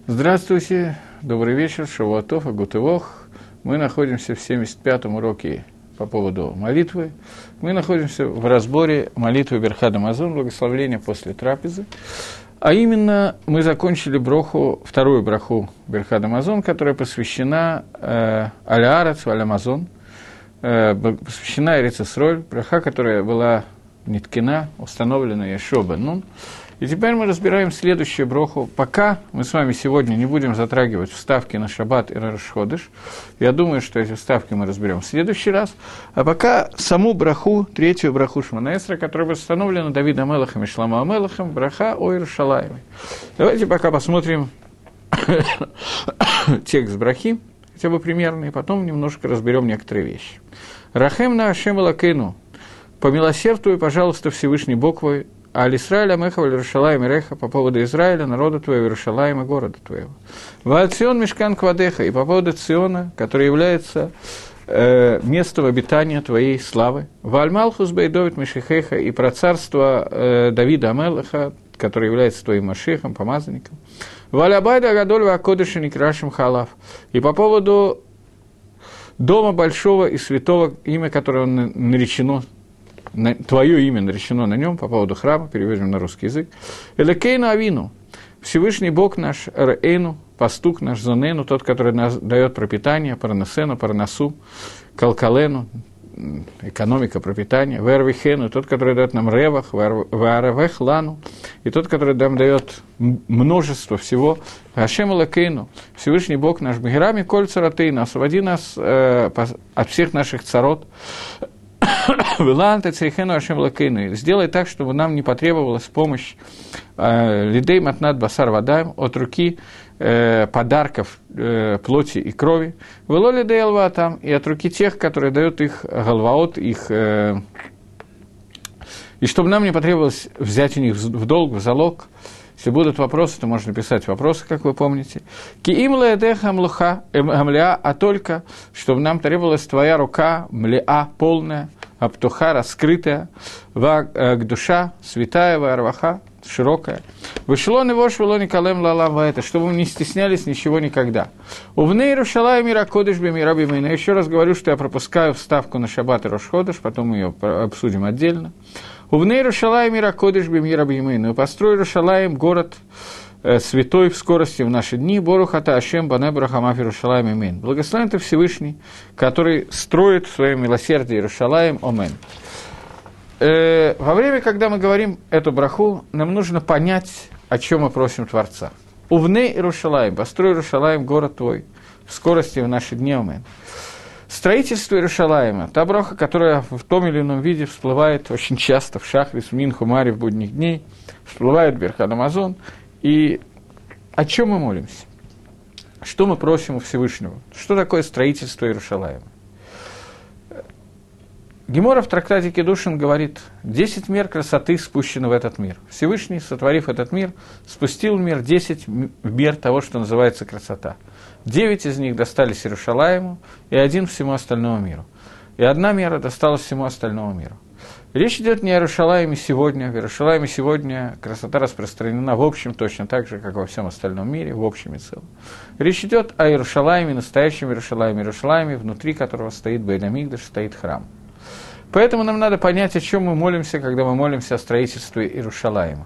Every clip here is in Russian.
Здравствуйте, добрый вечер, шавуатов, агутывох. Мы находимся в 75-м уроке по поводу молитвы. Мы находимся в разборе молитвы Берхат Амазон, благословления после трапезы. А именно, мы закончили броху, вторую браху Берхат Амазон, которая посвящена Аль-Аарец, Аль-Амазон, посвящена Эрец Исроэль, браха, которая была ниткина, установлена Йешуа бен Нун. И теперь мы разбираем следующую броху. Пока мы с вами сегодня не будем затрагивать вставки на Шаббат и на Рош ходеш, я думаю, что эти вставки мы разберем в следующий раз. А пока саму браху, третью браху Шмона Эсра, которая была установлена Давидом Амелахом и Шломо Амелахом, браха о Иерушалайме. Давайте пока посмотрим текст брахи, хотя бы примерно, и потом немножко разберем некоторые вещи. Рахем на Ашем Элокейну, помилосердуй, пожалуйста, Всевышний Бог твой, Аль Исраэль Амеха Валь Иерушалаим Иреха, по поводу Израиля, народа твоего, Иерушалаима, города твоего. Вааль Цион Мишкан Квадеха, и по поводу Циона, который является местом обитания твоей славы. Вааль Малхус Бейдовит Мишихеха, и про царство Давида Амелаха, который является твоим Машехом, помазанником. Вааль Абайда Агадоль Ваакодыша Некрашим Халав, и по поводу дома большого и святого, имя которого наречено, твое имя наречено на нем, по поводу храма, переведем на русский язык. Элекейну Авину, Всевышний Бог наш, Рейну, пастух наш, Зонену, тот, который нас дает пропитание, Парнасену, Парнасу, Калкалену, экономика пропитания, Вервихену, тот, который дает нам Ревах, Вааревех Лану, и тот, который нам дает множество всего, Хашем Элекейну, Всевышний Бог наш, Бегерами Коль Царатейну, освободи нас от всех наших царот, сделай так, чтобы нам не потребовалась помощь лидей матнат басар вадаем от руки подарков плоти и крови, вело лидей алваатам, и от руки тех, которые дают их галваот, их, и чтобы нам не потребовалось взять у них в долг, в залог. Если будут вопросы, то можно писать вопросы, как вы помните. Ки им лаэдеха млуха млеа, а только, чтобы нам требовалась твоя рука, млеа, полная, аптуха, раскрытая, душа, святая, варваха, широкая. Вышло него швело никалем лалам ваэта, чтобы мы не стеснялись ничего никогда. Увны Иерушалаим мира кодыш бемира бимейна. Еще раз говорю, что я пропускаю вставку на Шаббат и Рош ходеш, потом мы ее обсудим отдельно. Увны Иерушалаим мира кодыш бемира бимейна. Построй Иерушалаим, город святой в скорости в наши дни. Борухата Ашем бане брахамав Иерушалаим амин. Благословен ты Всевышний, который строит в своем милосердии Иерушалаим. Амин. Во время, когда мы говорим эту браху, нам нужно понять, о чем мы просим Творца. Увны Иерушалаим, построй Иерушалаим, город твой, в скорости в наши дни. Амин. Строительство Иерушалаима, та браха, которая в том или ином виде всплывает очень часто в Шахрис, в Минху, Маре, в будних дней, всплывает в Берхат Амазон. И о чем мы молимся? Что мы просим у Всевышнего? Что такое строительство Иерушалаима? Гемора в трактате Кедушин говорит, 10 мер красоты спущено в этот мир. Всевышний, сотворив этот мир, спустил в мир 10 мер того, что называется красота. 9 из них достались Иерушалаиму, и 1 всему остальному миру. И 1 мера досталась всему остальному миру. Речь идет не о Иерушалаиме сегодня. В Иерушалаиме сегодня красота распространена в общем точно так же, как во всем остальном мире, в общем и целом. Речь идет о Иерушалаиме, настоящем Иерушалаиме, Иерушалаиме, внутри которого стоит Бейт Амикдаш, стоит храм. Поэтому нам надо понять, о чем мы молимся, когда мы молимся о строительстве Иерушалаима.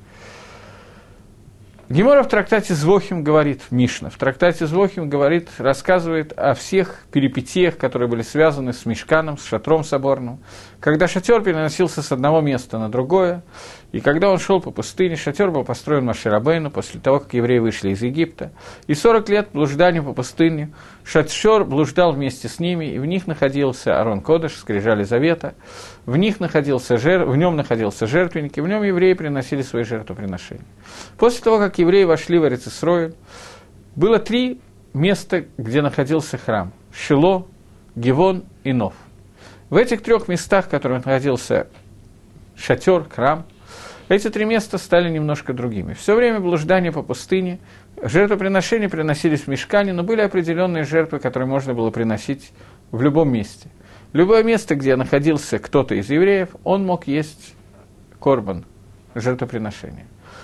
Гемора в трактате Звохим говорит, Мишна, в трактате Звохим говорит, рассказывает о всех перипетиях, которые были связаны с Мишканом, с шатром соборным, когда шатер переносился с одного места на другое, и когда он шел по пустыне, шатер был построен Моше Рабейну после того, как евреи вышли из Египта, и 40 лет блуждания по пустыне, шатер блуждал вместе с ними, и в них находился Арон Кодеш, скрижали завета, в нем находился жертвенник, и в нем евреи приносили свои жертвоприношения. После того, как евреи вошли в Эрец Исроэль, было 3 места, где находился храм – Шило, Гивон и Нов. В этих 3 местах, в которых находился шатер, храм, эти 3 места стали немножко другими. Все время блуждания по пустыне, жертвоприношения приносились в Мишкане, но были определенные жертвы, которые можно было приносить в любом месте. Любое место, где находился кто-то из евреев, он мог есть корбан, жертвоприношение.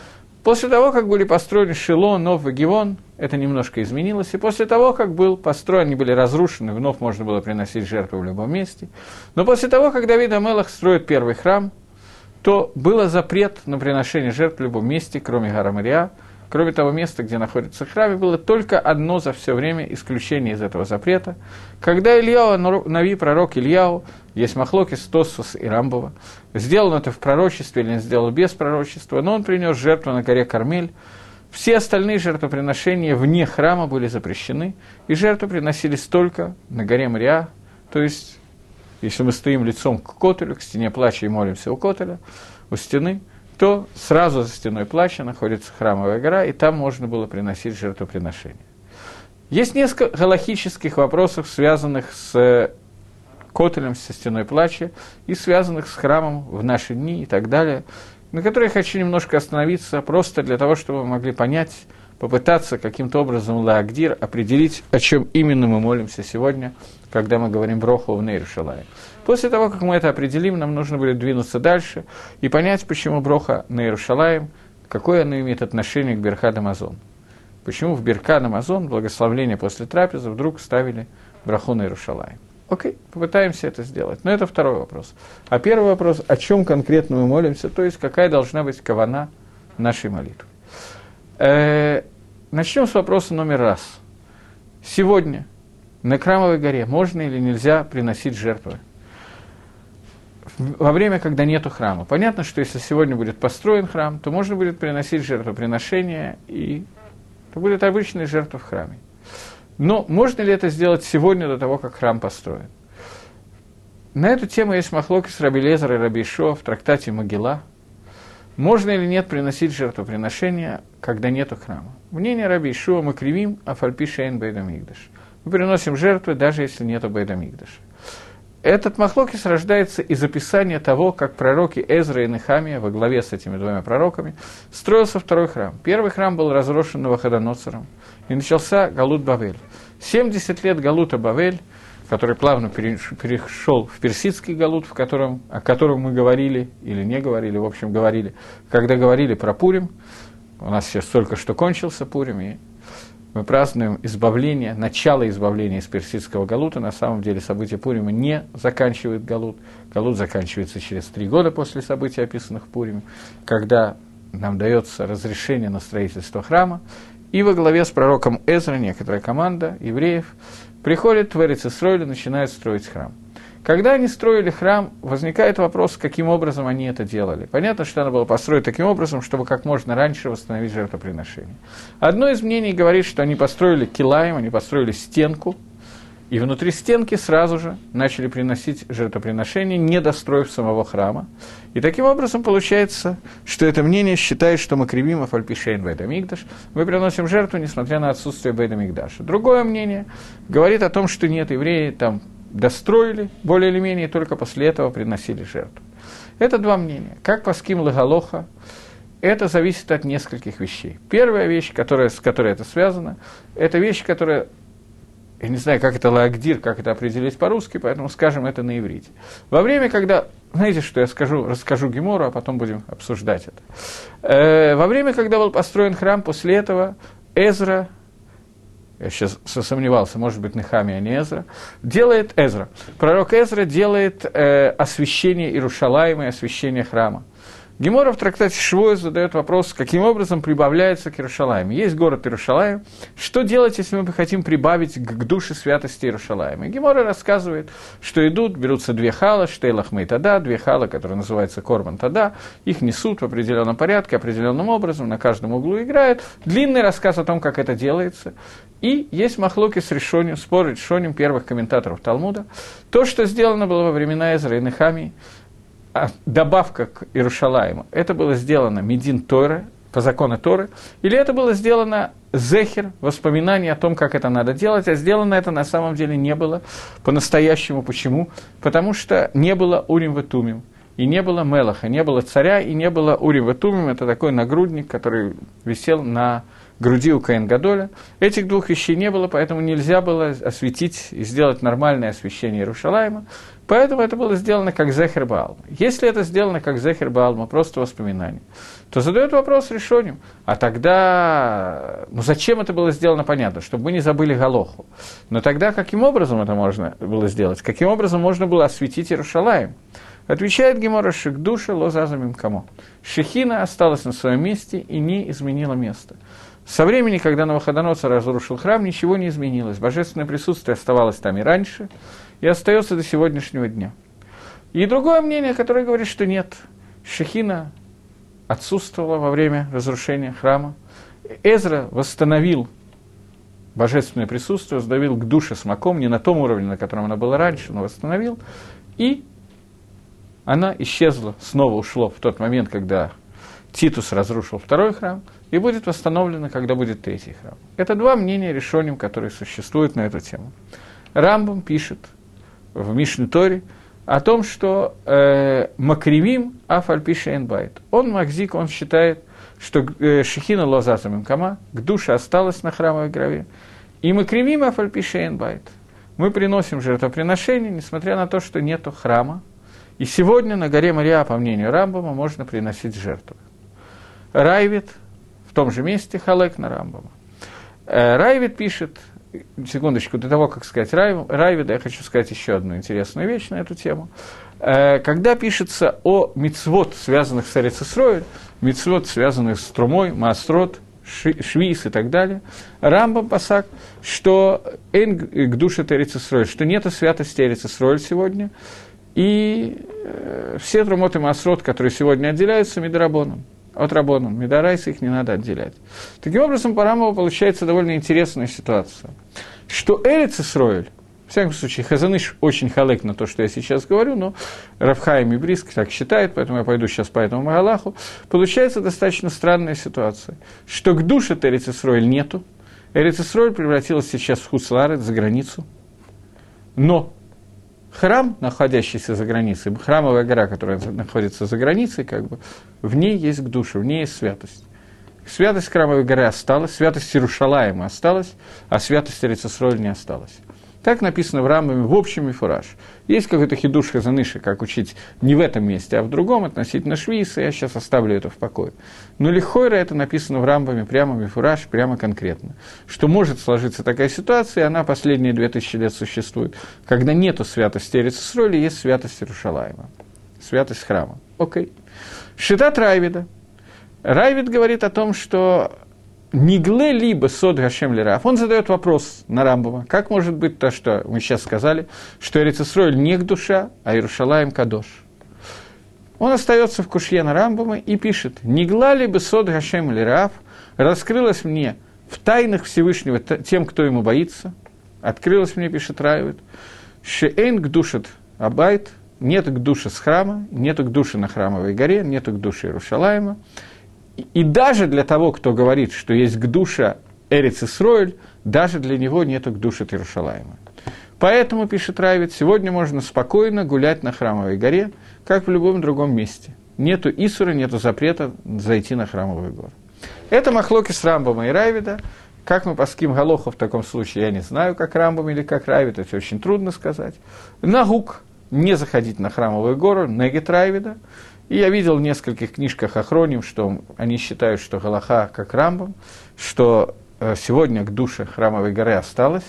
После того, как были построены Шило, Нов и Гивон, это немножко изменилось, и после того, как был построен, они были разрушены, вновь можно было приносить жертву в любом месте. Но после того, как Давид а-Мелех строит первый храм, то был запрет на приношение жертв в любом месте, кроме Гара Мория. Кроме того места, где находится храм, было только одно за все время исключение из этого запрета. Когда Ильяу, Нави, пророк Ильяу, есть махлокис Тоссус и Рамбова, сделал это в пророчестве или не сделал без пророчества, но он принес жертву на горе Кармель. Все остальные жертвоприношения вне храма были запрещены, и жертвы приносились только на горе Мория, то есть, если мы стоим лицом к Котелю, к стене плача и молимся у Котеля, у стены, то сразу за стеной плача находится храмовая гора, и там можно было приносить жертвоприношения. Есть несколько галахических вопросов, связанных с Котелем, со стеной плача, и связанных с храмом в наши дни и так далее, на которые я хочу немножко остановиться, просто для того, чтобы вы могли понять, попытаться каким-то образом лаагдир определить, о чем именно мы молимся сегодня, когда мы говорим броху в Нейр Шалай. После того, как мы это определим, нам нужно будет двинуться дальше и понять, почему броха на Иерушалаим, какое оно имеет отношение к Берхат Амазон. Почему в Берхат Амазон, благословление после трапезы, вдруг ставили браху на Иерушалаим. Окей, попытаемся это сделать. Но это второй вопрос. А первый вопрос, о чем конкретно мы молимся, то есть какая должна быть кавана нашей молитвы. Начнем с вопроса номер раз. Сегодня на Храмовой горе можно или нельзя приносить жертвы? Во время, когда нету храма. Понятно, что если сегодня будет построен храм, то можно будет приносить жертвоприношения, и это будет обычная жертва в храме. Но можно ли это сделать сегодня, до того, как храм построен? На эту тему есть махлокис Раби Элиэзер и Раби Йешуа в трактате Могила. Можно или нет приносить жертвоприношения, когда нету храма? Мнение Раби Йешуа: мы кривим, а фальпи шейн бейт амикдаш. Мы приносим жертвы, даже если нету бейт амикдаша. Этот махлокис рождается из описания того, как пророки Эзра и Нехамия во главе с этими двумя пророками строился второй храм. Первый храм был разрушен Навуходоносором, и начался Галут Бавель. 70 лет Галута Бавель, который плавно перешел в персидский Галут, о котором мы говорили, или не говорили, в общем, говорили, когда говорили про Пурим. У нас сейчас только что кончился Пурим, и мы празднуем избавление, начало избавления из персидского Галута. На самом деле события Пурима не заканчивает Галут. Галут заканчивается через 3 года после событий, описанных в Пуриме, когда нам дается разрешение на строительство храма. И во главе с пророком Эзра некоторая команда евреев приходит в Эрец Исроэль и начинает строить храм. Когда они строили храм, возникает вопрос, каким образом они это делали. Понятно, что надо было построить таким образом, чтобы как можно раньше восстановить жертвоприношение. Одно из мнений говорит, что они построили килаим, они построили стенку, и внутри стенки сразу же начали приносить жертвоприношения, не достроив самого храма. И таким образом получается, что это мнение считает, что мы кривим афальпишейн бейт амикдаш, мы приносим жертву, несмотря на отсутствие бейт амикдаша. Другое мнение говорит о том, что нет, евреи там достроили, более или менее, только после этого приносили жертву. Это два мнения. Как паским лагалоха, это зависит от нескольких вещей. Первая вещь, с которой это связано, это вещь, которая, я не знаю, как это лаагдир, как это определить по-русски, поэтому скажем это на иврите. Во время, когда, знаете, что я расскажу Гемору, а потом будем обсуждать это. Во время, когда был построен храм, после этого Эзра, я сейчас сомневался, может быть, Нехамия, а не Эзра, пророк Эзра делает освящение Иерушалаима и освящение храма. Гемора в трактате Швуа задает вопрос, каким образом прибавляется к Иерушалаиму. Есть город Иерушалаим, что делать, если мы хотим прибавить к душе святости Иерушалаима? И Гемора рассказывает, что берутся 2 хала, штейлах мейтада, 2 хала, которые называются корбан тада, их несут в определенном порядке, определенным образом, на каждом углу играют. Длинный рассказ о том, как это делается. И есть махлоки с решением, спор решением первых комментаторов Талмуда. То, что сделано было во времена Эзры и Нехамии, добавка к Иерушалаиму, это было сделано Медин Торы, по закону Торы, или это было сделано зехер, воспоминание о том, как это надо делать, а сделано это на самом деле не было по-настоящему. Почему? Потому что не было урим ве тумим. и не было мелаха, не было царя, и не было урим и тумим, это такой нагрудник, который висел на груди у Коэн Гадоля. Этих двух вещей не было, поэтому нельзя было осветить и сделать нормальное освещение Иерушалайма, поэтому это было сделано как Зехер Баалма. Если это сделано как Зехер Баалма, просто воспоминание, то задает вопрос решением, а тогда, зачем это было сделано, понятно, чтобы мы не забыли Галоху. Но тогда каким образом это можно было сделать? Каким образом можно было осветить Иерушалаим? Отвечает Гемора: «Шикдуша лозазамим камо». Шехина осталась на своем месте и не изменила место. Со времени, когда Навуходоносор разрушил храм, ничего не изменилось. Божественное присутствие оставалось там и раньше, и остается до сегодняшнего дня. И другое мнение, которое говорит, что нет, Шехина отсутствовала во время разрушения храма. Эзра восстановил божественное присутствие, восстановил к душе с маком, не на том уровне, на котором она была раньше, но восстановил, и она исчезла, снова ушло в тот момент, когда Титус разрушил второй храм, и будет восстановлено, когда будет третий храм. Это два мнения решением, которые существуют на эту тему. Рамбам пишет в Мишне Торе о том, что Макривим афальпиша энбайт. Он махзик, он считает, что Шехина лозазамим кама, к душе осталась на храмовой горе, и Макривим афальпиша энбайт. Мы приносим жертвоприношение, несмотря на то, что нету храма, и сегодня на горе Мария, по мнению Рамбама, можно приносить жертвы. Райвид в том же месте халек на Рамбама. Райвид пишет, секундочку, до того, как сказать Райвида, я хочу сказать еще одну интересную вещь на эту тему. Когда пишется о мицвот, связанных с Эрец Исроэль, мицвот, связанных с Трумой, Маасрот, Швиз и так далее, Рамбам пасак, что эн к душе Эрец Исроэль, что нету святости Эрец Исроэль сегодня, и все Трумот и Маасрот, которые сегодня отделяются, мидрабоном. От Рабонан, Мидарайса их не надо отделять. Таким образом, по Рамбаму получается довольно интересная ситуация, что Эрец Исроэль, в всяком случае, Хазаныш очень халек на то, что я сейчас говорю, но Рав Хаим Ибриск так считает, поэтому я пойду сейчас по этому Магалаху, получается достаточно странная ситуация, что к душе Эрец Исроэль нету, Эрец Исроэль превратилась сейчас в Хуцларет, за границу, но храм, находящийся за границей, храмовая гора, которая находится за границей, как бы, в ней есть к душе, в ней есть святость. Святость храмовой горы осталась, святость Иерушалаима осталась, а святость Эрец Исроэль не осталась. Так написано в Рамбаме в общем мифураж. Есть какой-то хидуш Хазаныши, как учить не в этом месте, а в другом, относительно Швииса, я сейчас оставлю это в покое. Но лихойра это написано в Рамбаме прямо мифураж, прямо конкретно. Что может сложиться такая ситуация, и она последние 2000 лет существует, когда нету святости Эрец Исроэля, есть святость Иерушалаима, святость храма. Окей. Шитат Райвида. Райвид говорит о том, что Нигле либо сод Гашем Лераф. Он задает вопрос на Рамбама. Как может быть то, что мы сейчас сказали, что Эрец Исроэль не к душа, а Иерушалаим кадош? Он остается в кушье на Рамбама и пишет: «Нигла либо сод Гашем Лераф раскрылась мне в тайнах Всевышнего тем, кто ему боится». Открылась мне, пишет Райвид, «Шеэйн к душат абайт». Нет к душе с храма, нет к душе на храмовой горе, нет к душе Иерушалаима. И даже для того, кто говорит, что есть гдуша Эрец Исроэль, даже для него нету гдуши Иерушалаима. Поэтому, пишет Райвид, сегодня можно спокойно гулять на храмовой горе, как в любом другом месте. Нету исура, нету запрета зайти на храмовую гору. Это махлокис Рамбама и Райвида. Как мы паским галоху в таком случае, я не знаю, как Рамбам или как Райвид, это очень трудно сказать. Нагук не заходить на храмовую гору, негет Райвида. И я видел в нескольких книжках Ахроним, что они считают, что галаха как Рамбам, что сегодня к душе храмовой горы осталось.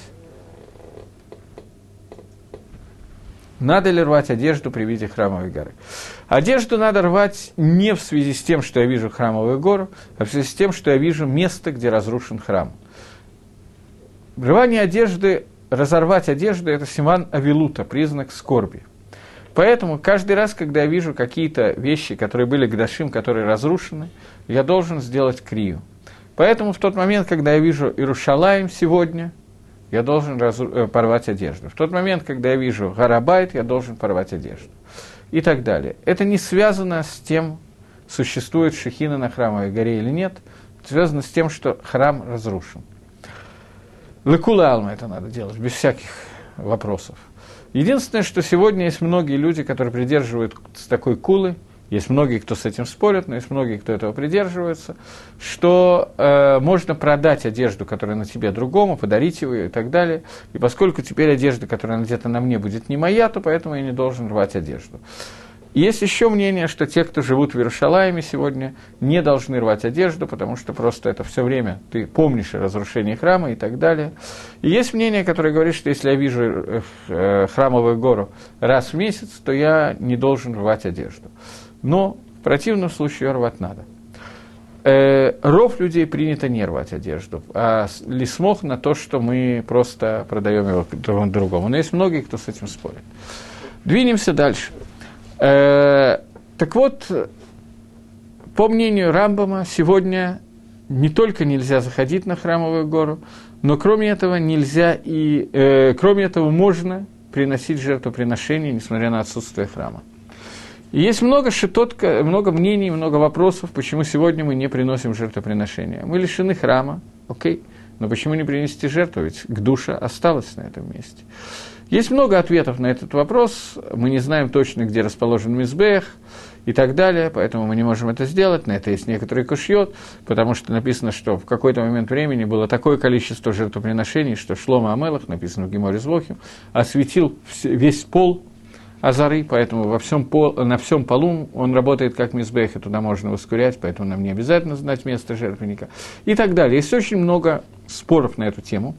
Надо ли рвать одежду при виде храмовой горы? Одежду надо рвать не в связи с тем, что я вижу храмовую гору, а в связи с тем, что я вижу место, где разрушен храм. Рвание одежды, разорвать одежду – это симан авилута, признак скорби. Поэтому каждый раз, когда я вижу какие-то вещи, которые были гдашим, которые разрушены, я должен сделать крию. Поэтому в тот момент, когда я вижу Иерушалаим сегодня, я должен порвать одежду. В тот момент, когда я вижу Гарабайт, я должен порвать одежду. И так далее. Это не связано с тем, существует шехина на храмовой горе или нет. Это связано с тем, что храм разрушен. Лекула алма это надо делать, без всяких вопросов. Единственное, что сегодня есть многие люди, которые придерживают такой кулы, есть многие, кто с этим спорят, но есть многие, кто этого придерживается, что можно продать одежду, которая на тебе другому, подарить его и так далее. И поскольку теперь одежда, которая где-то на мне, будет не моя, то поэтому я не должен рвать одежду. Есть еще мнение, что те, кто живут в Иерушалайме сегодня, не должны рвать одежду, потому что просто это все время ты помнишь о разрушении храма и так далее. И есть мнение, которое говорит, что если я вижу храмовую гору раз в месяц, то я не должен рвать одежду. Но в противном случае ее рвать надо. Ров людей принято не рвать одежду, а лисмох на то, что мы просто продаем его другому. Но есть многие, кто с этим спорит. Двинемся дальше. Так вот, по мнению Рамбама, сегодня не только нельзя заходить на храмовую гору, но кроме этого кроме этого можно приносить жертвоприношения, несмотря на отсутствие храма. И есть много много мнений, много вопросов, почему сегодня мы не приносим жертвоприношения. Мы лишены храма, окей, но почему не принести жертву, ведь гдуша осталась на этом месте. Есть много ответов на этот вопрос, мы не знаем точно, где расположен мизбех и так далее, поэтому мы не можем это сделать, на это есть некоторый кушьет, потому что написано, что в какой-то момент времени было такое количество жертвоприношений, что Шломо Амелах, написано в Геморе Звохим, осветил весь пол Азары, поэтому на всем полу он работает как мизбех, и туда можно воскурять, поэтому нам не обязательно знать место жертвенника и так далее. Есть очень много споров на эту тему.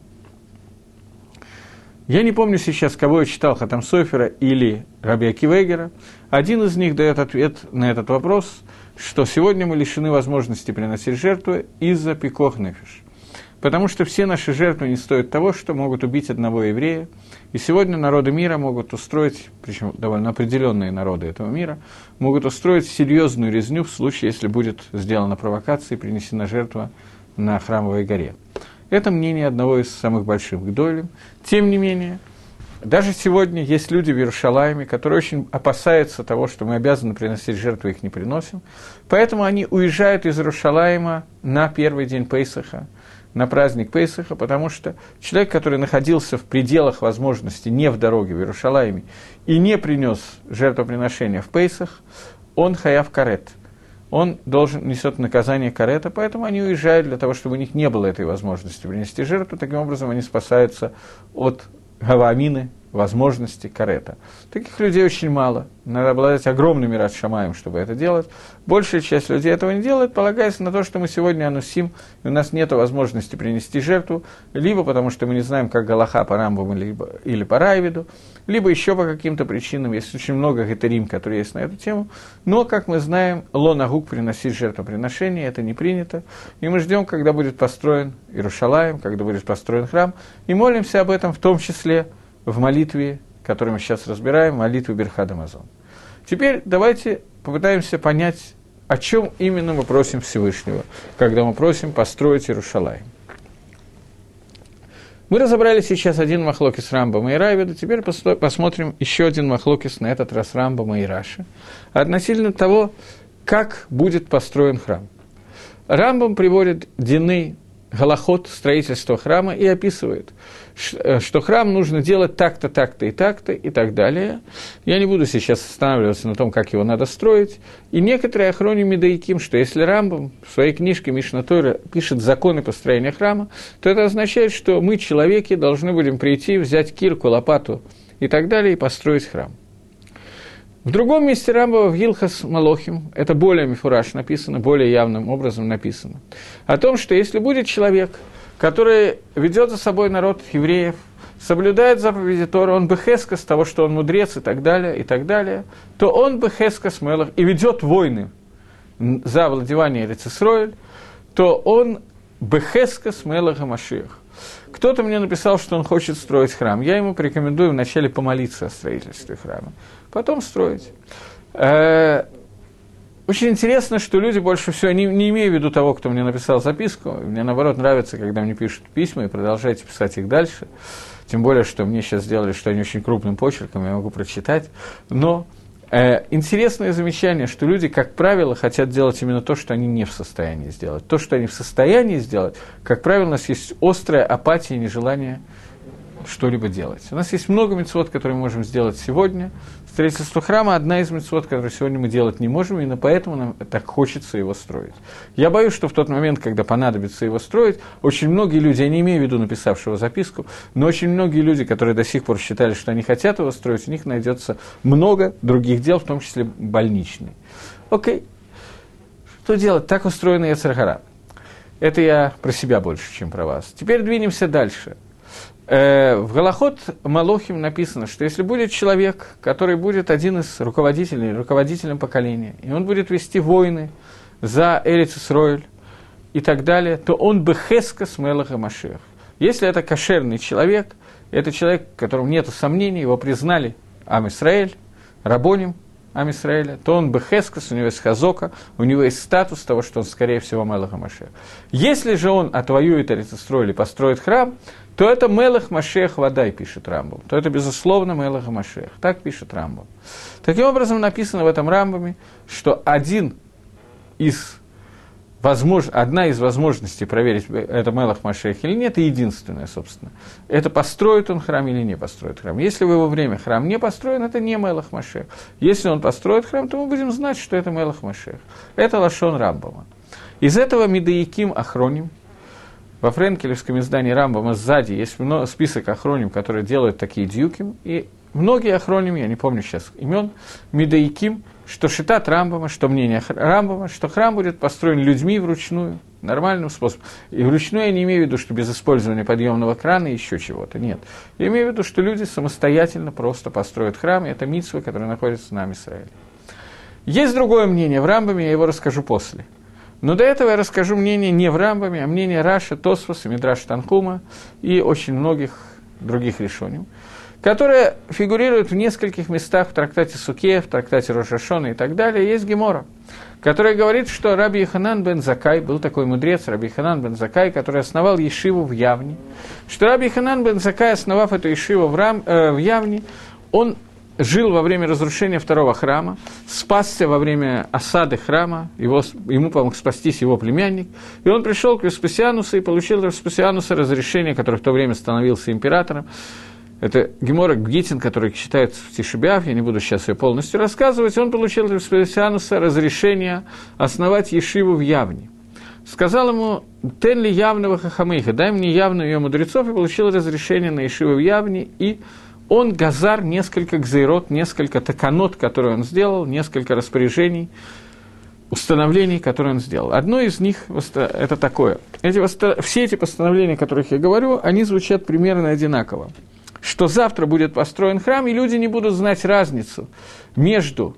Я не помню сейчас, кого я читал, Хатам Софера или Раби Акива Эгера. Один из них дает ответ на этот вопрос, что сегодня мы лишены возможности приносить жертвы из-за пикох нефиш. Потому что все наши жертвы не стоят того, что могут убить одного еврея. И сегодня народы мира могут устроить, причем довольно определенные народы этого мира, могут устроить серьезную резню в случае, если будет сделана провокация и принесена жертва на Храмовой горе. Это мнение одного из самых больших гдолим. Тем не менее, даже сегодня есть люди в Иерушалайме, которые очень опасаются того, что мы обязаны приносить жертвы, их не приносим. Поэтому они уезжают из Иерушалайма на первый день Пейсаха, на праздник Пейсаха, потому что человек, который находился в пределах возможности, не в дороге в Иерушалайме, и не принес жертвоприношения в Пейсах, он хаяв карет. Он несет наказание карета, поэтому они уезжают для того, чтобы у них не было этой возможности принести жертву. Таким образом, они спасаются от гавамины, возможности карета. Таких людей очень мало. Надо обладать огромным рад шамаем, чтобы это делать. Большая часть людей этого не делает, полагаясь на то, что мы сегодня анусим, и у нас нет возможности принести жертву, либо потому что мы не знаем, как галаха по Рамбаму или по Райвиду, либо еще по каким-то причинам. Есть очень много гетерим, которые есть на эту тему. Но, как мы знаем, лонагук приносить жертвоприношение, это не принято. И мы ждем, когда будет построен Иерушалаим, когда будет построен храм, и молимся об этом в том числе в молитве, которую мы сейчас разбираем, молитве Берхат Амазон. Теперь давайте попытаемся понять, о чем именно мы просим Всевышнего, когда мы просим построить Иерушалаим. Мы разобрали сейчас один махлокис Рамбама и Райвида, теперь посмотрим еще один махлокис, на этот раз Рамбама и Раши, относительно того, как будет построен храм. Рамбам приводит дины галахот строительства храма и описывает, что храм нужно делать так-то, так-то и так-то и так далее. Я не буду сейчас останавливаться на том, как его надо строить. И некоторые охроним медаиким, что если Рамбам в своей книжке Мишна Тора пишет законы построения храма, то это означает, что мы, человеки, должны будем прийти, взять кирку, лопату и так далее и построить храм. В другом месте Рамбама в Гилхас Малохим, это более мифураж написано, более явным образом написано, о том, что если будет человек, который ведет за собой народ евреев, соблюдает заповеди Тора, он бехескас того, что он мудрец и так далее, то он бехескас мелах и ведет войны за овладевание Эрец Исроэль, то он бехескас мелах Машиах. Кто-то мне написал, что он хочет строить храм. Я ему порекомендую вначале помолиться о строительстве храма, потом строить. Очень интересно, что люди больше всего, не имею в виду того, кто мне написал записку, мне наоборот нравится, когда мне пишут письма, и продолжайте писать их дальше, тем более, что мне сейчас сделали, что они очень крупным почерком, я могу прочитать, но интересное замечание, что люди, как правило, хотят делать именно то, что они не в состоянии сделать. То, что они в состоянии сделать, как правило, у нас есть острая апатия и нежелание что-либо делать. У нас есть много мицвот, которые мы можем сделать сегодня. Строительство храма – одна из мицвот, которую сегодня мы делать не можем, именно поэтому нам так хочется его строить. Я боюсь, что в тот момент, когда понадобится его строить, очень многие люди, я не имею в виду написавшего записку, но очень многие люди, которые до сих пор считали, что они хотят его строить, у них найдется много других дел, в том числе больничные. Окей. Что делать? Так устроена Йецер Гара. Это я про себя больше, чем про вас. Теперь двинемся дальше. В Галахот Малохим написано, что если будет человек, который будет один из руководителем поколения, и он будет вести войны за Эрец Исроэль и так далее, то он бехеска с Мелаха Машиах. Если это кошерный человек, это человек, в котором нет сомнений, его признали Ам Исраэль, Рабоним Ам Исраэля, то он бехескас, у него есть хазока, у него есть статус того, что он, скорее всего, Мелах Машиах. Если же он отвоюет Эрец Исроэль и построит храм, то это Мелах Машиах Вадай, пишет Рамбам. То это, безусловно, Мелах Машиах. Так пишет Рамбам. Таким образом, написано в этом Рамбаме, что одна из возможностей проверить, это Мелах Машиах или нет, и единственная, собственно, это построит он храм или не построит храм. Если в его время храм не построен, это не Мелах Машиах. Если он построит храм, то мы будем знать, что это Мелах Машиах. Это лашон Рамбама. Из этого Мидаиким Ахроним. Во френкелевском издании Рамбама сзади есть список ахроним, которые делают такие дьюким, и многие ахроним, я не помню сейчас имен, Мидаиким, что шитат Рамбама, что мнение Рамбама, что храм будет построен людьми вручную, нормальным способом. И вручную я не имею в виду, что без использования подъемного крана и еще чего-то, нет. Я имею в виду, что люди самостоятельно просто построят храм, и это мицва, которая находится на Ам-Исраэле. Есть другое мнение в Рамбаме, я его расскажу после. Но до этого я расскажу мнение не в Рамбаме, а мнение Раши, Тосфоса, Мидраш Танхума и очень многих других решений, которые фигурируют в нескольких местах в трактате Суке, в трактате Рош ха-Шана и так далее. Есть Гемора, которая говорит, что Раби Йоханан бен Заккай, был такой мудрец, Раби Йоханан бен Заккай, который основал ешиву в Явне, что Раби Йоханан бен Заккай, основав эту ешиву в Явне, он жил во время разрушения второго храма, спасся во время осады храма, ему помог спастись его племянник, и он пришел к Веспасианусу и получил от Веспасиануса разрешение, который в то время становился императором. Это Гемора Гитин, который считается в Тишебиав, я не буду сейчас ее полностью рассказывать, он получил от Веспасиануса разрешение основать ешиву в Явне. Сказал ему: «Тен ли явного хахамейха, дай мне явную ее мудрецов», и получил разрешение на ешиву в Явне, и он газар несколько гзейрот, несколько таканот, которые он сделал, несколько распоряжений, установлений, которые он сделал. Одно из них – это такое. Все эти постановления, о которых я говорю, они звучат примерно одинаково. Что завтра будет построен храм, и люди не будут знать разницу между…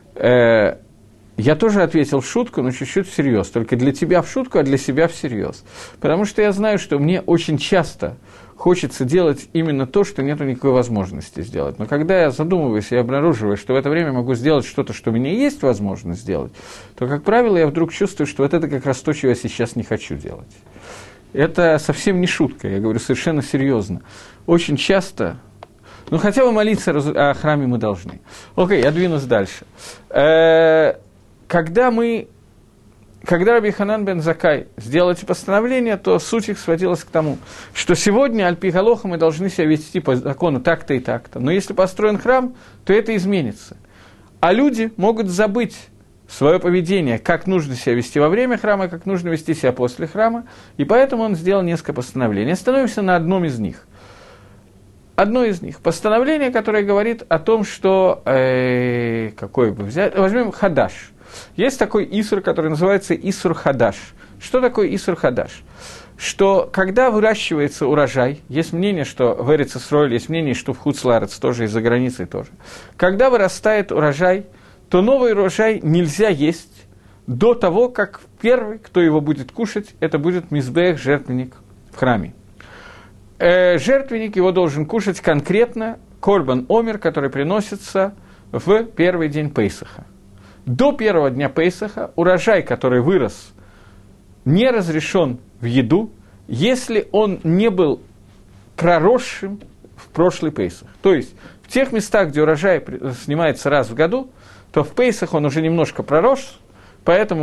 Я тоже ответил в шутку, но чуть-чуть всерьез. Только для тебя в шутку, а для себя всерьез. Потому что я знаю, что мне очень часто хочется делать именно то, что нет никакой возможности сделать. Но когда я задумываюсь и обнаруживаю, что в это время могу сделать что-то, что у меня есть возможность сделать, то, как правило, я вдруг чувствую, что вот это как раз то, чего я сейчас не хочу делать. Это совсем не шутка, я говорю совершенно серьезно. Очень часто… Ну, хотя бы молиться о храме мы должны. Окей, я двинусь дальше. Когда Раби Йоханан бен Заккай сделал эти постановления, то суть их сводилась к тому, что сегодня, аль-пи галоха, мы должны себя вести по закону так-то и так-то. Но если построен храм, то это изменится. А люди могут забыть свое поведение, как нужно себя вести во время храма, как нужно вести себя после храма. И поэтому он сделал несколько постановлений. Остановимся на одном из них. Одно из них. Постановление, которое говорит о том, что… какое бы взять? Возьмем Хадаш. Есть такой исур, который называется исур Хадаш. Что такое исур Хадаш? Что когда выращивается урожай, есть мнение, что в Эрец Исроэль, есть мнение, что в Хуц-Лаарец тоже, и за границей тоже. Когда вырастает урожай, то новый урожай нельзя есть до того, как первый, кто его будет кушать, это будет мизбех, жертвенник в храме. Жертвенник его должен кушать конкретно корбан омер, который приносится в первый день Пейсаха. До первого дня Пейсаха урожай, который вырос, не разрешен в еду, если он не был проросшим в прошлый Пейсах. То есть в тех местах, где урожай снимается раз в году, то в Пейсах он уже немножко пророс, поэтому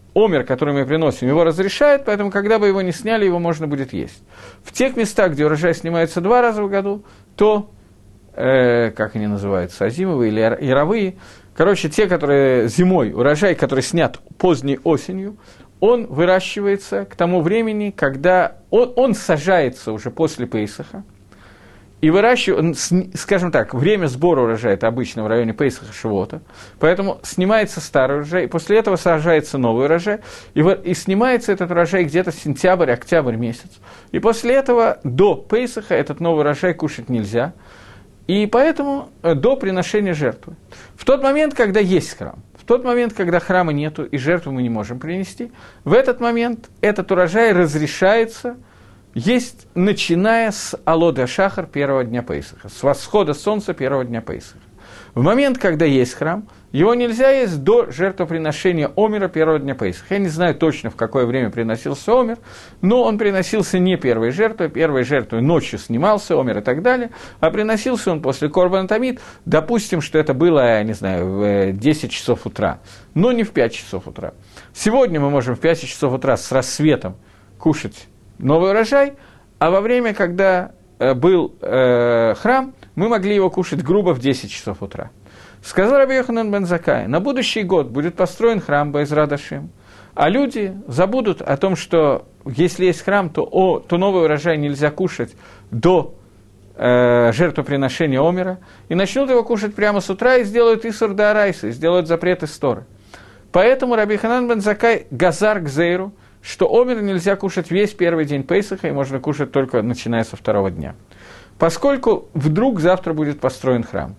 омер, который мы приносим, его разрешает, поэтому, когда бы его не сняли, его можно будет есть. В тех местах, где урожай снимается 2 раза в году, то, как они называются, озимовые или яровые, короче, те, которые зимой, урожай, который снят поздней осенью, он выращивается к тому времени, когда он сажается уже после Пейсаха, и выращивает, скажем так, время сбора урожая – это обычно в районе Пейсаха, Шивота, поэтому снимается старый урожай, и после этого сажается новый урожай, и снимается этот урожай где-то сентябрь-октябрь месяц. И после этого до Пейсаха этот новый урожай кушать нельзя, и поэтому до приношения жертвы. В тот момент, когда есть храм, в тот момент, когда храма нету и жертву мы не можем принести, в этот момент этот урожай разрешается есть, начиная с Алода Шахар первого дня Пейсаха, с восхода солнца первого дня Пейсаха. В момент, когда есть храм, его нельзя есть до жертвоприношения омера первого дня Пейсаха. Я не знаю точно, в какое время приносился омер, но он приносился не первой жертвой ночью снимался омер и так далее, а приносился он после Корбан Тамид, допустим, что это было, я не знаю, в 10 часов утра, но не в 5 часов утра. Сегодня мы можем в 5 часов утра с рассветом кушать новый урожай, а во время, когда был храм, мы могли его кушать грубо в 10 часов утра. Сказал Раби Йоханан бен Заккай, на будущий год будет построен храм Бе'эзрат Ашем, а люди забудут о том, что если есть храм, то новый урожай нельзя кушать до жертвоприношения омера, и начнут его кушать прямо с утра и сделают исур деорайса, и сделают запрет из Торы. Поэтому Раби Йоханан бен Заккай газар гзейру, что омер нельзя кушать весь первый день Пейсаха, и можно кушать только начиная со второго дня. Поскольку вдруг завтра будет построен храм.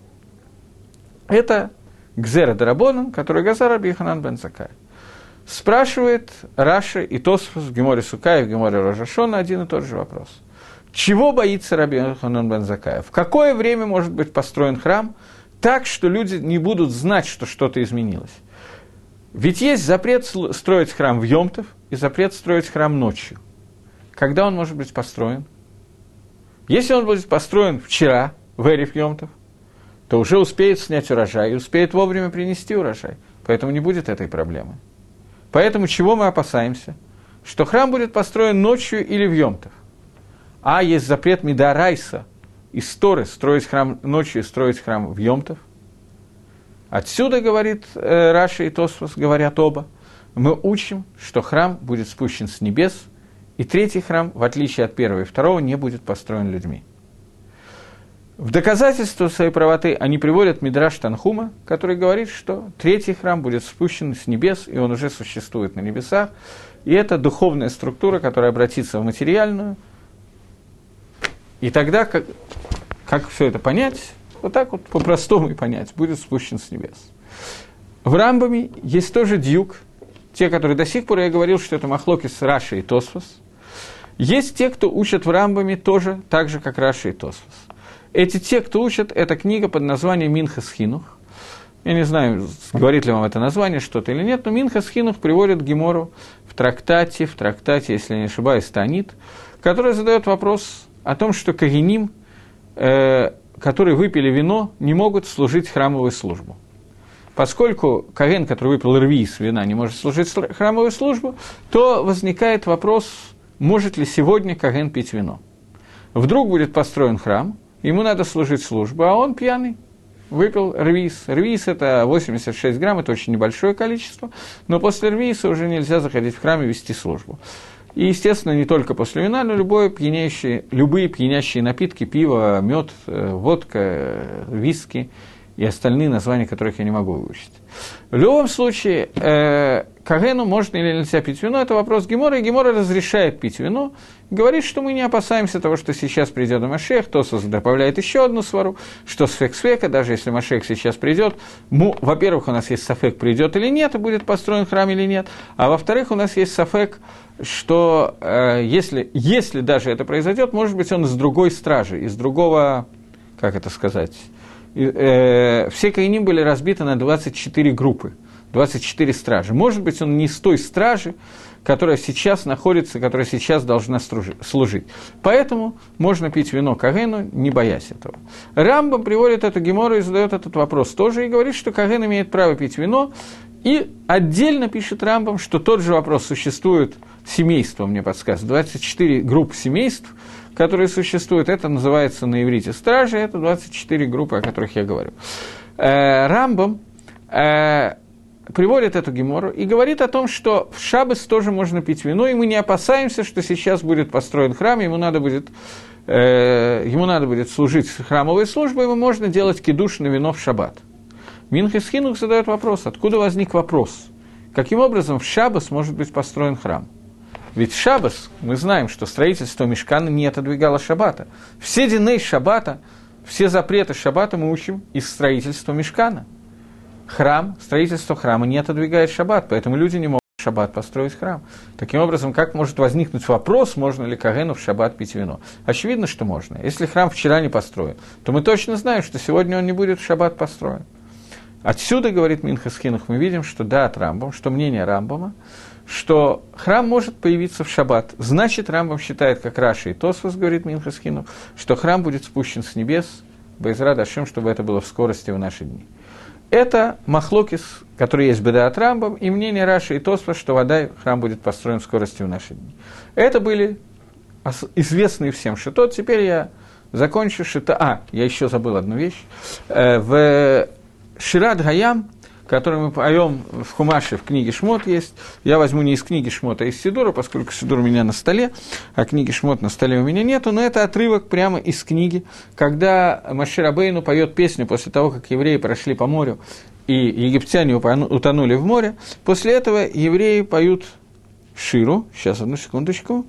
Это гзера дарабонан, который газар Раби Йоханан бен Заккай. Спрашивает Раши и Тосфос в Геморе Сука и в Геморе Рош ха-Шана один и тот же вопрос. Чего боится Раби Йоханан бен Заккай? В какое время может быть построен храм так, что люди не будут знать, что что-то изменилось? Ведь есть запрет строить храм в Йом-Тов и запрет строить храм ночью. Когда он может быть построен? Если он будет построен вчера, в Эрев Йом-Тов, то уже успеет снять урожай и успеет вовремя принести урожай. Поэтому не будет этой проблемы. Поэтому чего мы опасаемся? Что храм будет построен ночью или в Йом-Тов. А есть запрет мидарайса из Торы строить храм ночью и строить храм в Йом-Тов. Отсюда, говорит Раши и Тосфос, говорят оба, мы учим, что храм будет спущен с небес, и третий храм, в отличие от первого и второго, не будет построен людьми. В доказательство своей правоты они приводят Мидраш Танхума, который говорит, что третий храм будет спущен с небес, и он уже существует на небесах, и это духовная структура, которая обратится в материальную. И тогда, как все это понять? Вот так вот по-простому и понять, будет спущен с небес. В Рамбаме есть тоже дьюк, те, которые до сих пор, я говорил, что это махлокис Раши и Тосфос. Есть те, кто учат в Рамбаме тоже, так же, как Раши и Тосфос. Эти те, кто учат, это книга под названием Минхас Хинух. Я не знаю, говорит ли вам это название что-то или нет, но Минхас Хинух приводит Гемору в трактате, если я не ошибаюсь, Таанит, который задает вопрос о том, что кагеним, которые выпили вино, не могут служить храмовую службу. Поскольку каген, который выпил рвиз вина, не может служить храмовую службу, то возникает вопрос, может ли сегодня каген пить вино. Вдруг будет построен храм, ему надо служить службу, а он пьяный, выпил рвиз. Рвиз – это 86 грамм, это очень небольшое количество, но после рвиза уже нельзя заходить в храм и вести службу. И, естественно, не только после вина, но любые пьянящие напитки, пиво, мед, водка, виски и остальные названия, которых я не могу выучить. В любом случае, кагену можно или нельзя пить вино, это вопрос Гемора, и Гемора разрешает пить вино, говорит, что мы не опасаемся того, что сейчас придет Машех, Тосфос добавляет еще одну свару, что сфек-сфека, даже если Машех сейчас придет, во-первых, у нас есть сафек, придет или нет, и будет построен храм или нет, а во-вторых, у нас есть сафек, что если даже это произойдет, может быть, он из другой стражи, из другого, как это сказать, все каиним были разбиты на 24 группы, 24 стражи. Может быть, он не из той стражи, которая сейчас находится, которая сейчас должна служить. Поэтому можно пить вино кагену, не боясь этого. Рамбам приводит эту гемору и задает этот вопрос тоже, и говорит, что каген имеет право пить вино, И отдельно пишет Рамбам, что тот же вопрос существует, семейство мне подсказывает, 24 группы семейств, которые существуют, это называется на иврите стражи, это 24 группы, о которых я говорю. Рамбам приводит эту гемору и говорит о том, что в шаббос тоже можно пить вино, и мы не опасаемся, что сейчас будет построен храм, ему надо будет служить храмовой службой, ему можно делать кидуш на вино в шаббат. Минхас Хинух задает вопрос, откуда возник вопрос, каким образом в шаббос может быть построен храм? Ведь в шаббос мы знаем, что строительство мишкана не отодвигало шаббата. Все диней шаббата, все запреты шаббата мы учим из строительства мишкана. Строительство храма не отодвигает шаббат, поэтому люди не могут в шаббат построить храм. Таким образом, как может возникнуть вопрос, можно ли кагену в шаббат пить вино? Очевидно, что можно. Если храм вчера не построен, то мы точно знаем, что сегодня он не будет в шаббат построен. Отсюда, говорит Минхас Хинух, мы видим, что да, от Рамбама, что мнение Рамбама, что храм может появиться в шаббат. Значит, Рамбам считает, как Раши и Тосфос, говорит Минхас Хинух, что храм будет спущен с небес, Бейзрат Ашем, чтобы это было в скорости в наши дни. Это махлокис, который есть беда от Рамбам, и мнение Раши и Тосфос, что вода храм будет построен в скорости в наши дни. Это были известные всем шитот. Теперь я закончу шита. Я еще забыл одну вещь. В Шират Гаям, который мы поем в Хумаше, в книге Шмот есть, я возьму не из книги Шмот, а из Сидура, поскольку Сидур у меня на столе, а книги Шмот на столе у меня нету, но это отрывок прямо из книги, когда Моше Рабейну поет песню после того, как евреи прошли по морю, и египтяне утонули в море. После этого евреи поют ширу. Сейчас, одну секундочку.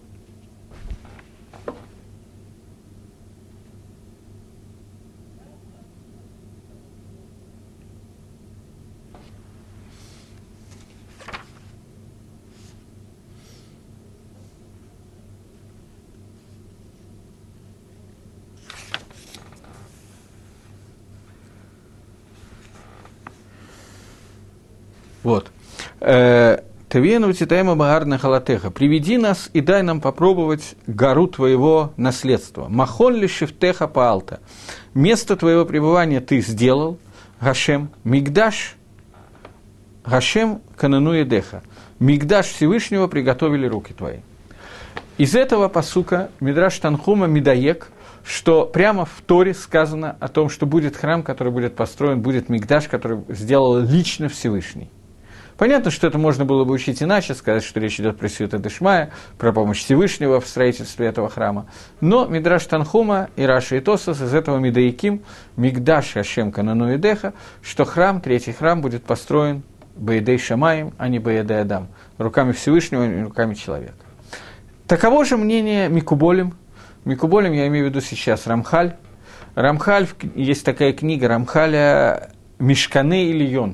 Вот. «Тавиену титаема багарна халатеха» «Приведи нас и дай нам попробовать гору твоего наследства». «Махон ли шифтеха паалта» «Место твоего пребывания ты сделал». «Гашем» «Мигдаш» «Гашем канану едеха» «Мигдаш Всевышнего приготовили руки твои». Из этого пасука Мидраш Танхума Медаек, что прямо в Торе сказано о том, что будет храм, который будет построен, будет мигдаш, который сделал лично Всевышний. Понятно, что это можно было бы учить иначе, сказать, что речь идет про Сиюта Дешмая, про помощь Всевышнего в строительстве этого храма. Но Мидраш Танхума и Раши и Тосос из этого Медаиким, Мигдаш Ашем Канану Идеха, что храм, третий храм, будет построен Баедей Шамаим, а не Баедей Адам, руками Всевышнего и руками человека. Таково же мнение Микуболим. Микуболим я имею в виду сейчас Рамхаль. Рамхаль, есть такая книга Рамхаля «Мишкане Ильон».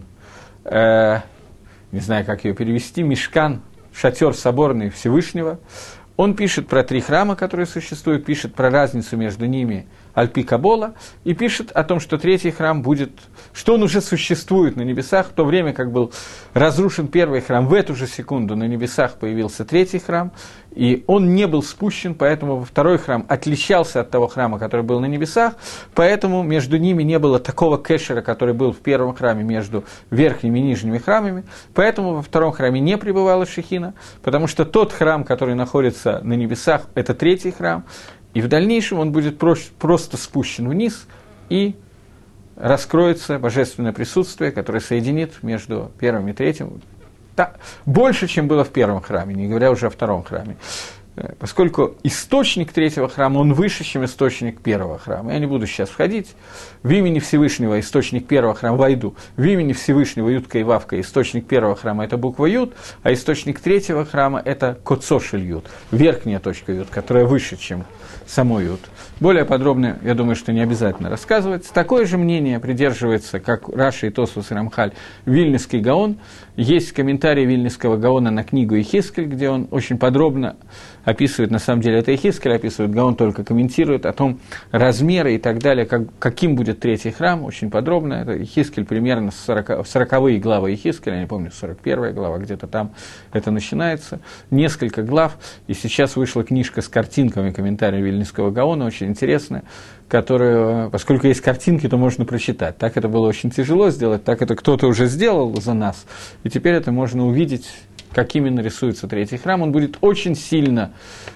Не знаю, как ее перевести, Мишкан, шатер соборный Всевышнего. Он пишет про 3 храма, которые существуют, пишет про разницу между ними Альпи Кабола, и пишет о том, что 3-й храм будет, что он уже существует на небесах, в то время как был разрушен 1-й храм, в эту же секунду на небесах появился 3-й храм, и он не был спущен, поэтому 2-й храм отличался от того храма, который был на небесах, поэтому между ними не было такого кэшера, который был в 1-м храме между верхними и нижними храмами, поэтому во 2-м храме не пребывала Шехина, потому что тот храм, который находится на небесах, это 3-й храм, и в дальнейшем он будет просто спущен вниз, и раскроется божественное присутствие, которое соединит между 1-м и 3-м. Больше, чем было в 1-м храме, не говоря уже о 2-м храме. Поскольку источник 3-го храма, он выше, чем источник 1-го храма. Я не буду сейчас входить. В имени Всевышнего источник 1-го храма войду. В имени Всевышнего Ютка и Вавка источник 1-го храма – это буква Ют, а источник 3-го храма – это Коцошель Ют, верхняя точка Ют, которая выше, чем само Ют. Более подробно, я думаю, что не обязательно рассказывать. Такое же мнение придерживается, как Раши и Тосфос и Рамхаль, Вильнюсский Гаон. Есть комментарий Вильнюсского Гаона на книгу Ихескель, где он очень подробно описывает, на самом деле, это Йехескель описывает, Гаон только комментирует о том, размеры и так далее, каким будет третий храм, очень подробно. Это Йехескель примерно 40-е главы Йехескеля, я не помню, 41-я глава, где-то там это начинается, несколько глав, и сейчас вышла книжка с картинками, комментарий Вильнюсского Гаона, очень интересная, которую, поскольку есть картинки, то можно прочитать. Так это было очень тяжело сделать, так это кто-то уже сделал за нас, и теперь это можно увидеть, как именно рисуется третий храм. Он будет очень сильно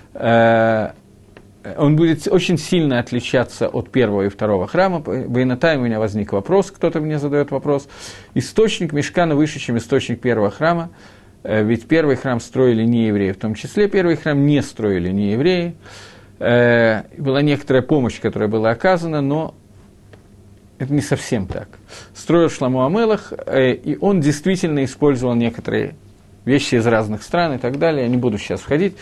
отличаться от первого и второго храма. Бейнатай у меня возник вопрос, кто-то мне задает вопрос. Источник Мишкана выше, чем источник первого храма, ведь первый храм строили не евреи, в том числе первый храм не строили не евреи. Была некоторая помощь, которая была оказана, но это не совсем так. Строил Шломо ха-Мелех, и он действительно использовал некоторые вещи из разных стран и так далее. Я не буду сейчас входить.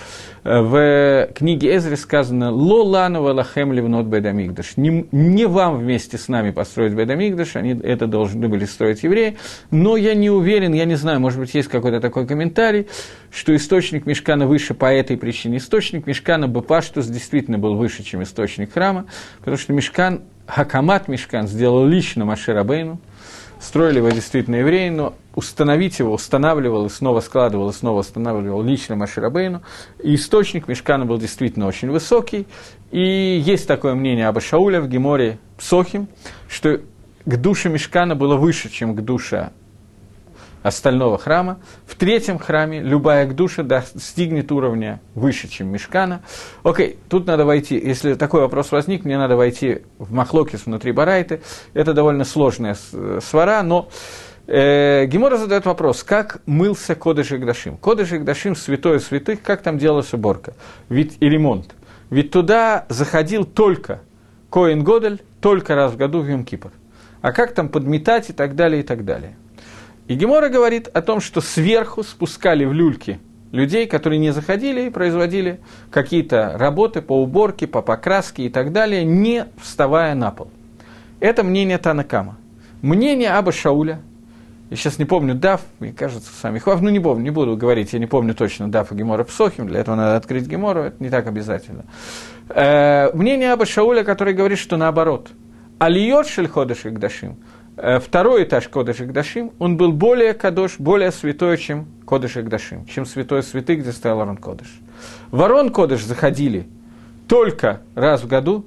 В книге Эзры сказано «Ло лану валахем ливнот бейт амикдаш». Не вам вместе с нами построить бейт амикдаш, они это должны были строить евреи. Но я не уверен, я не знаю, может быть, есть какой-то такой комментарий, что источник Мишкана выше по этой причине. Источник Мишкана Бепаштус действительно был выше, чем источник храма, потому что Мишкан, Хакамат Мишкан сделал лично Моше Рабейну. Строили его действительно евреи, но установить его устанавливал и снова складывал, и снова устанавливал лично Моше Рабейну. И источник Мишкана был действительно очень высокий. И есть такое мнение Аба Шауля в Геморе Псохим, что к душе Мишкана было выше, чем к душе остального храма. В третьем храме любая гдуша достигнет уровня выше, чем Мишкана. Окей, тут надо войти, если такой вопрос возник, мне надо войти в махлокис внутри Барайты. Это довольно сложная свара, но Гемора задает вопрос, как мылся Кодеш ха-Кодашим. Кодеш ха-Кодашим, святое святых, как там делалась уборка и ремонт. Ведь туда заходил только Коэн Годель, только раз в году в Йом-Кипур. А как там подметать и так далее, и так далее. И Гемора говорит о том, что сверху спускали в люльки людей, которые не заходили и производили какие-то работы по уборке, по покраске и так далее, не вставая на пол. Это мнение Танна-Кама. Мнение Аба Шауля, я сейчас не помню Дав, мне кажется, сами Хвав, не помню, не буду говорить, я не помню точно Дав и Гемора Псохим, для этого надо открыть Гемору, это не так обязательно. Мнение Аба Шауля, который говорит, что наоборот, Алиот шель Кодеш ха-Кодашим, второй этаж Кодеш ха-Кодашим, он был более кадош, более святой, чем Кодеш ха-Кодашим, чем святой святых, где стоял Арон Кодеш. В Арон Кодеш заходили только раз в году,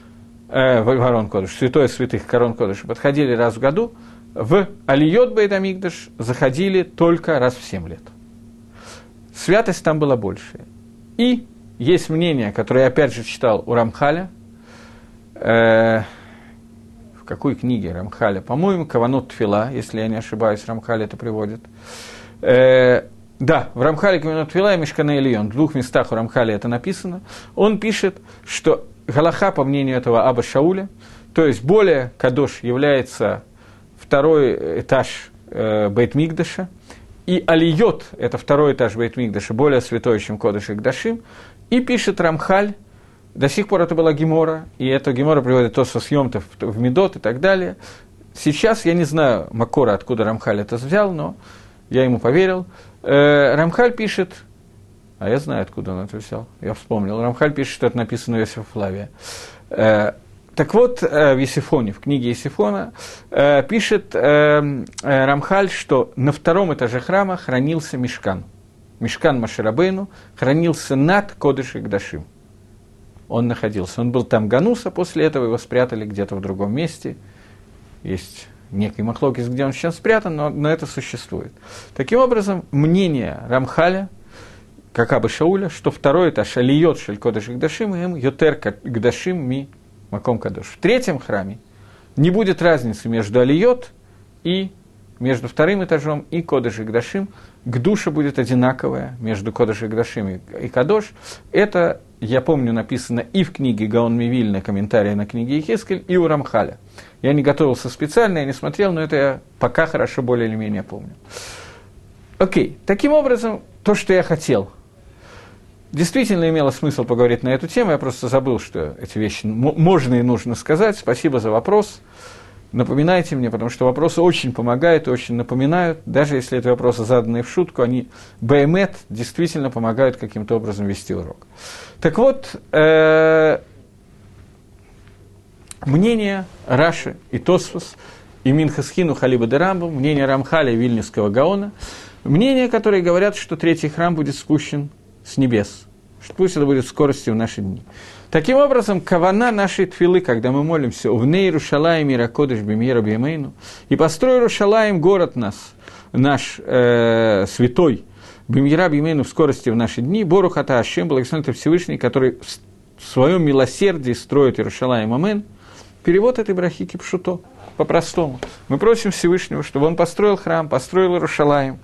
в Арон Кодеш, святой святых к Арон Кодешу подходили раз в году, в Алиот бейт амикдаш заходили только раз в 7 лет. Святость там была большая. И есть мнение, которое я опять же читал у Рамхаля, в какой книге Рамхаля? По-моему, Каванот Тфила, если я не ошибаюсь, Рамхаль это приводит. Да, в Рамхале Каванот Тфила и Мишкане Эльон, в 2 местах у Рамхаля это написано. Он пишет, что галаха, по мнению этого Аба Шауля, то есть более кадош является второй этаж Бейт-Микдаша, и Алиот, это второй этаж Бейт-Микдаша, более святой, чем Кодеш ха-Кодашим, и пишет Рамхаль, до сих пор это была Гемора, и эта Гемора приводит Тосфос Йомтов в Медот и так далее. Сейчас я не знаю Макора, откуда Рамхаль это взял, но я ему поверил. Рамхаль пишет, а я знаю, откуда он это взял, я вспомнил. Рамхаль пишет, что это написано у Йосефа Флавия. Так вот, в Есифоне, в книге Есифона, пишет Рамхаль, что на втором этаже храма хранился Мишкан. Мишкан Моше Рабейну хранился над Кодеш ха-Кодашим. Он находился. Он был там Гануса, после этого его спрятали где-то в другом месте. Есть некий махлокис, где он сейчас спрятан, но это существует. Таким образом, мнение Рамхаля, как Аба Шауля, что второй этаж Алиот шель Кодеш ха-Кодашим, им Йотер ха-Кодашим ми Маком Кадош. В третьем храме не будет разницы между Алиот и между вторым этажом и Кодеш ха-Кодашим. Гдуша будет одинаковая между Кодеш ха-Кодашим и Кадош. Это, я помню, написано и в книге Гаон Мивильна, комментарии на книге Йехескель, и у Рамхаля. Я не готовился специально, я не смотрел, но это я пока хорошо более или менее помню. Окей, таким образом, то, что я хотел. Действительно имело смысл поговорить на эту тему, я просто забыл, что эти вещи можно и нужно сказать. Спасибо за вопрос. напоминайте мне, потому что вопросы очень помогают, очень напоминают, даже если это вопросы, заданные в шутку, они бэмет действительно помогают каким-то образом вести урок. Так вот, мнение Раши и Тосфос, и Минхас Хинух Алиба де Рамбам, мнение Рамхаля и Вильнюсского Гаона, мнения, которые говорят, что третий храм будет спущен с небес, что пусть это будет в скорости в наши дни. Таким образом, кавана нашей тфилы, когда мы молимся «Увней Иерушалаим Иракодыш Бимьера Бимейну» и «Построй Иерушалаим, город наш святой, Бимьера Бимейну в скорости в наши дни, Борух ата Ашем, благословен ты Всевышний, который в своем милосердии строит Иерушалаим Амен», перевод этой брахи кипшуто, по-простому. Мы просим Всевышнего, чтобы он построил храм, построил Иерушалаим,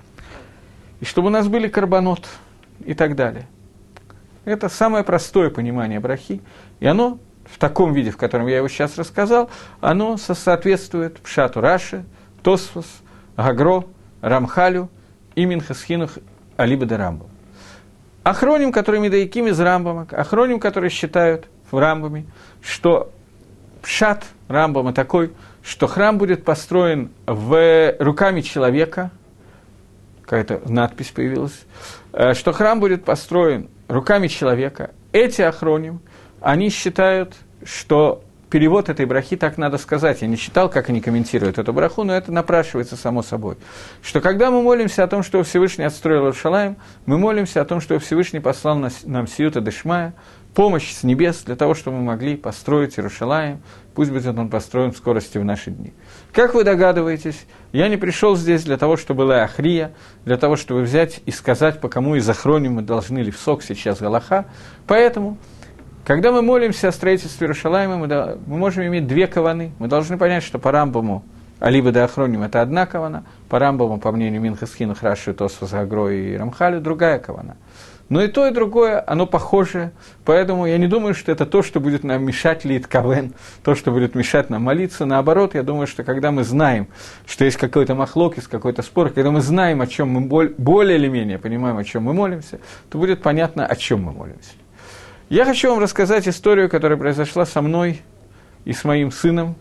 и чтобы у нас были карбонот и так далее. Это самое простое понимание брахи, и оно в таком виде, в котором я его сейчас рассказал, оно соответствует Пшату Раши, Тосфос, Гагро, Рамхалю и Минхас Хинух Алиба де Рамбам. Ахроним, которые медаиким из Рамбама, ахроним, которые считают в Рамбаме, что Пшат Рамбама такой, что храм будет построен руками человека, какая-то надпись появилась, что храм будет построен руками человека. Эти ахроним, они считают, что перевод этой брахи, так надо сказать, я не читал, как они комментируют эту браху, но это напрашивается само собой, что когда мы молимся о том, что Всевышний отстроил Иерушалаим, мы молимся о том, что Всевышний послал нам сиюта дешмая, помощь с небес для того, чтобы мы могли построить Иерушалаим, пусть будет он построен в скорости в наши дни. Как вы догадываетесь, я не пришел здесь для того, чтобы была ахрия, для того, чтобы взять и сказать, по кому из ахроним мы должны ли в сок сейчас галаха. Поэтому, когда мы молимся о строительстве Иерушалаима, мы можем иметь две каваны. Мы должны понять, что по Рамбаму Алиба де Ахроним – это одна кавана, по Рамбаму, по мнению Минхас Хинух, Раши, Тосфос, Гагро и Рамхалю, другая кавана. Но и то, и другое, оно похоже, поэтому я не думаю, что это то, что будет нам мешать лит кавен, то, что будет мешать нам молиться. Наоборот, я думаю, что когда мы знаем, что есть какой-то махлокис, какой-то спор, когда мы знаем, о чем мы более или менее понимаем, о чем мы молимся, то будет понятно, о чем мы молимся. Я хочу вам рассказать историю, которая произошла со мной и с моим сыном.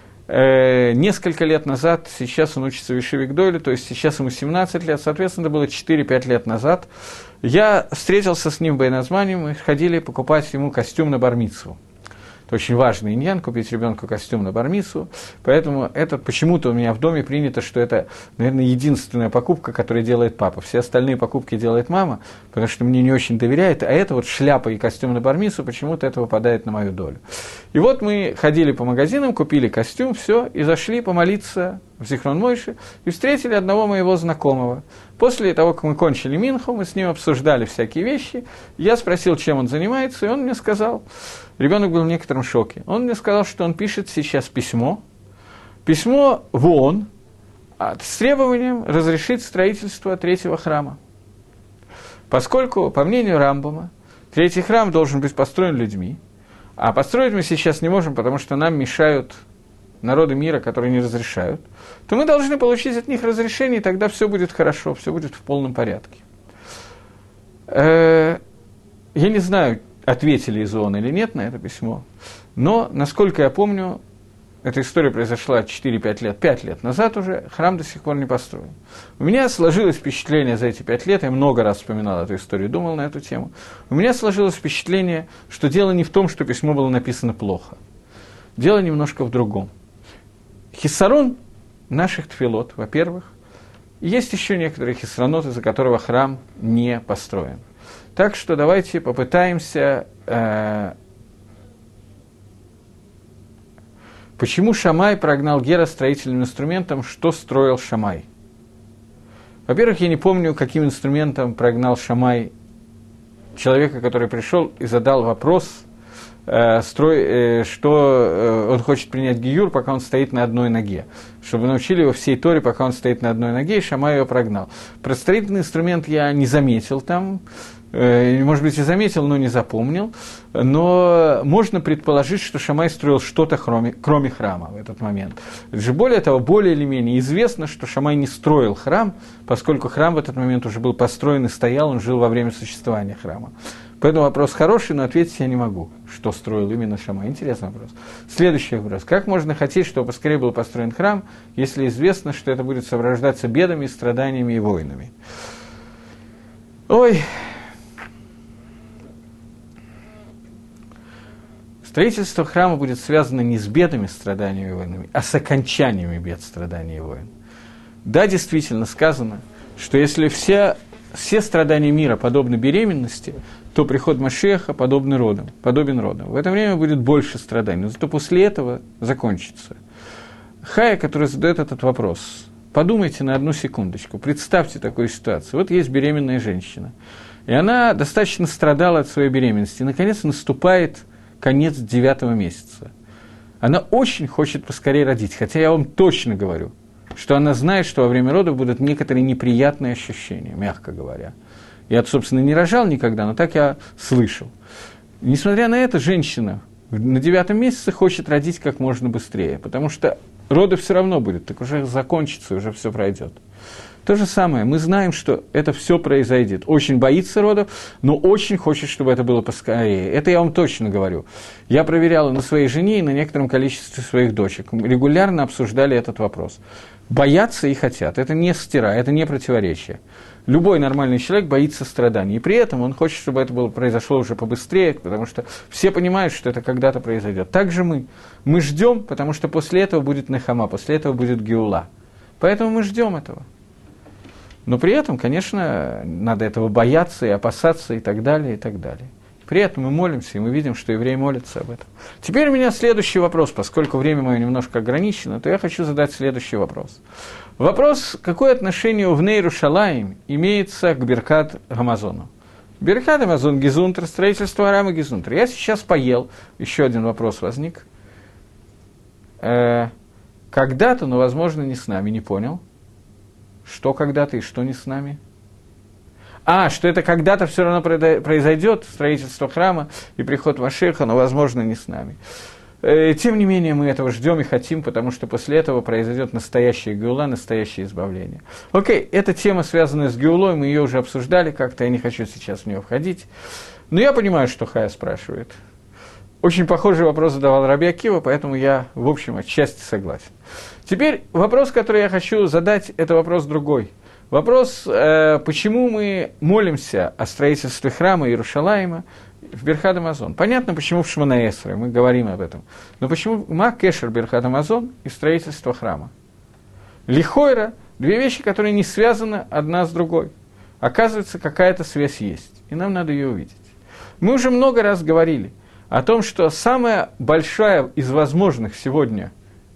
Несколько лет назад, сейчас он учится в Ешиве Гдойле, то есть сейчас ему 17 лет, соответственно, это было 4-5 лет назад. Я встретился с ним в Бейназмане, мы ходили покупать ему костюм на бар-мицву. Это очень важный иньян, купить ребенку костюм на бар-мицву, поэтому это почему-то у меня в доме принято, что это, наверное, единственная покупка, которую делает папа. Все остальные покупки делает мама, потому что мне не очень доверяет, а это вот шляпа и костюм на бар-мицву, почему-то это выпадает на мою долю. И вот мы ходили по магазинам, купили костюм, все, и зашли помолиться в Зихрон Мойше, и встретили одного моего знакомого. После того, как мы кончили Минху, мы с ним обсуждали всякие вещи, я спросил, чем он занимается, и он мне сказал, ребенок был в некотором шоке, он мне сказал, что он пишет сейчас письмо в ООН с требованием разрешить строительство третьего храма. Поскольку, по мнению Рамбама, третий храм должен быть построен людьми, а построить мы сейчас не можем, потому что нам мешают народы мира, которые не разрешают, то мы должны получить от них разрешение, и тогда все будет хорошо, все будет в полном порядке. Я не знаю, ответили из ООН или нет на это письмо, но, насколько я помню, эта история произошла 4-5 лет, 5 лет назад уже, храм до сих пор не построен. У меня сложилось впечатление за эти 5 лет, я много раз вспоминал эту историю, думал на эту тему, у меня сложилось впечатление, что дело не в том, что письмо было написано плохо, дело немножко в другом. Хиссарон наших тфилот, во-первых, и есть еще некоторые хиссаронот, из-за которого храм не построен. Так что давайте попытаемся... Почему Шамай прогнал Гера строительным инструментом, что строил Шамай? Во-первых, я не помню, каким инструментом прогнал Шамай человека, который пришел и задал вопрос, что он хочет принять гиюр, пока он стоит на одной ноге. Чтобы научили его всей Торе, пока он стоит на одной ноге, и Шамай его прогнал. Про строительный инструмент я не заметил там, может быть, и заметил, но не запомнил. Но можно предположить, что Шамай строил что-то, кроме храма в этот момент. Более того, более или менее известно, что Шамай не строил храм, поскольку храм в этот момент уже был построен и стоял, он жил во время существования храма. Поэтому вопрос хороший, но ответить я не могу, что строил именно Шамай. Интересный вопрос. Следующий вопрос. Как можно хотеть, чтобы поскорее был построен храм, если известно, что это будет сопровождаться бедами, страданиями и войнами? Ой. Строительство храма будет связано не с бедами, страданиями и войнами, а с окончаниями бед, страданий и войн. Да, действительно сказано, что если все страдания мира подобны беременности, то приход Машиаха подобен родам. В это время будет больше страданий, но зато после этого закончится. Хая, который задает этот вопрос, подумайте на одну секундочку, представьте такую ситуацию. Вот есть беременная женщина, и она достаточно страдала от своей беременности, и, наконец, наступает конец 9-го месяца. Она очень хочет поскорее родить, хотя я вам точно говорю, что она знает, что во время родов будут некоторые неприятные ощущения, мягко говоря. Я, собственно, не рожал никогда, но так я слышал. Несмотря на это, женщина на 9-м месяце хочет родить как можно быстрее, потому что роды все равно будут, так уже закончится, уже все пройдет. То же самое, мы знаем, что это все произойдет. Очень боится родов, но очень хочет, чтобы это было поскорее. Это я вам точно говорю. Я проверял на своей жене и на некотором количестве своих дочек. Мы регулярно обсуждали этот вопрос. Боятся и хотят. Это не стира, это не противоречие. Любой нормальный человек боится страданий. И при этом он хочет, чтобы это произошло уже побыстрее, потому что все понимают, что это когда-то произойдет. Так же мы. Мы ждем, потому что после этого будет нехама, после этого будет геула. Поэтому мы ждем этого. Но при этом, конечно, надо этого бояться и опасаться и так далее, и так далее. При этом мы молимся, и мы видим, что евреи молятся об этом. Теперь у меня следующий вопрос, поскольку время мое немножко ограничено, то я хочу задать следующий вопрос. Вопрос, какое отношение в Нейру Шалаим имеется к Беркат Гамазону? Беркат Гамазон, Гизунтер, строительство храма Гизунтер. Я сейчас поел, еще один вопрос возник. Когда-то, но, возможно, не с нами, не понял. Что когда-то и что не с нами? Что это когда-то все равно произойдет, строительство храма и приход Машиаха, но, возможно, не с нами. Тем не менее, мы этого ждем и хотим, потому что после этого произойдет настоящая геула, настоящее избавление. Окей, эта тема, связанная с геулой, мы ее уже обсуждали как-то, я не хочу сейчас в нее входить. Но я понимаю, что Хая спрашивает. Очень похожий вопрос задавал Раби Акива, поэтому я, в общем, отчасти согласен. Теперь вопрос, который я хочу задать, это вопрос другой. Вопрос, почему мы молимся о строительстве храма Иерушалаима в Берхат Амазон. Понятно, почему в Шмона Эсре, мы говорим об этом. Но почему ма кешер Берхат Амазон и строительство храма? Лихойра – две вещи, которые не связаны одна с другой. Оказывается, какая-то связь есть, и нам надо ее увидеть. Мы уже много раз говорили о том, что самая большая из возможных сегодня,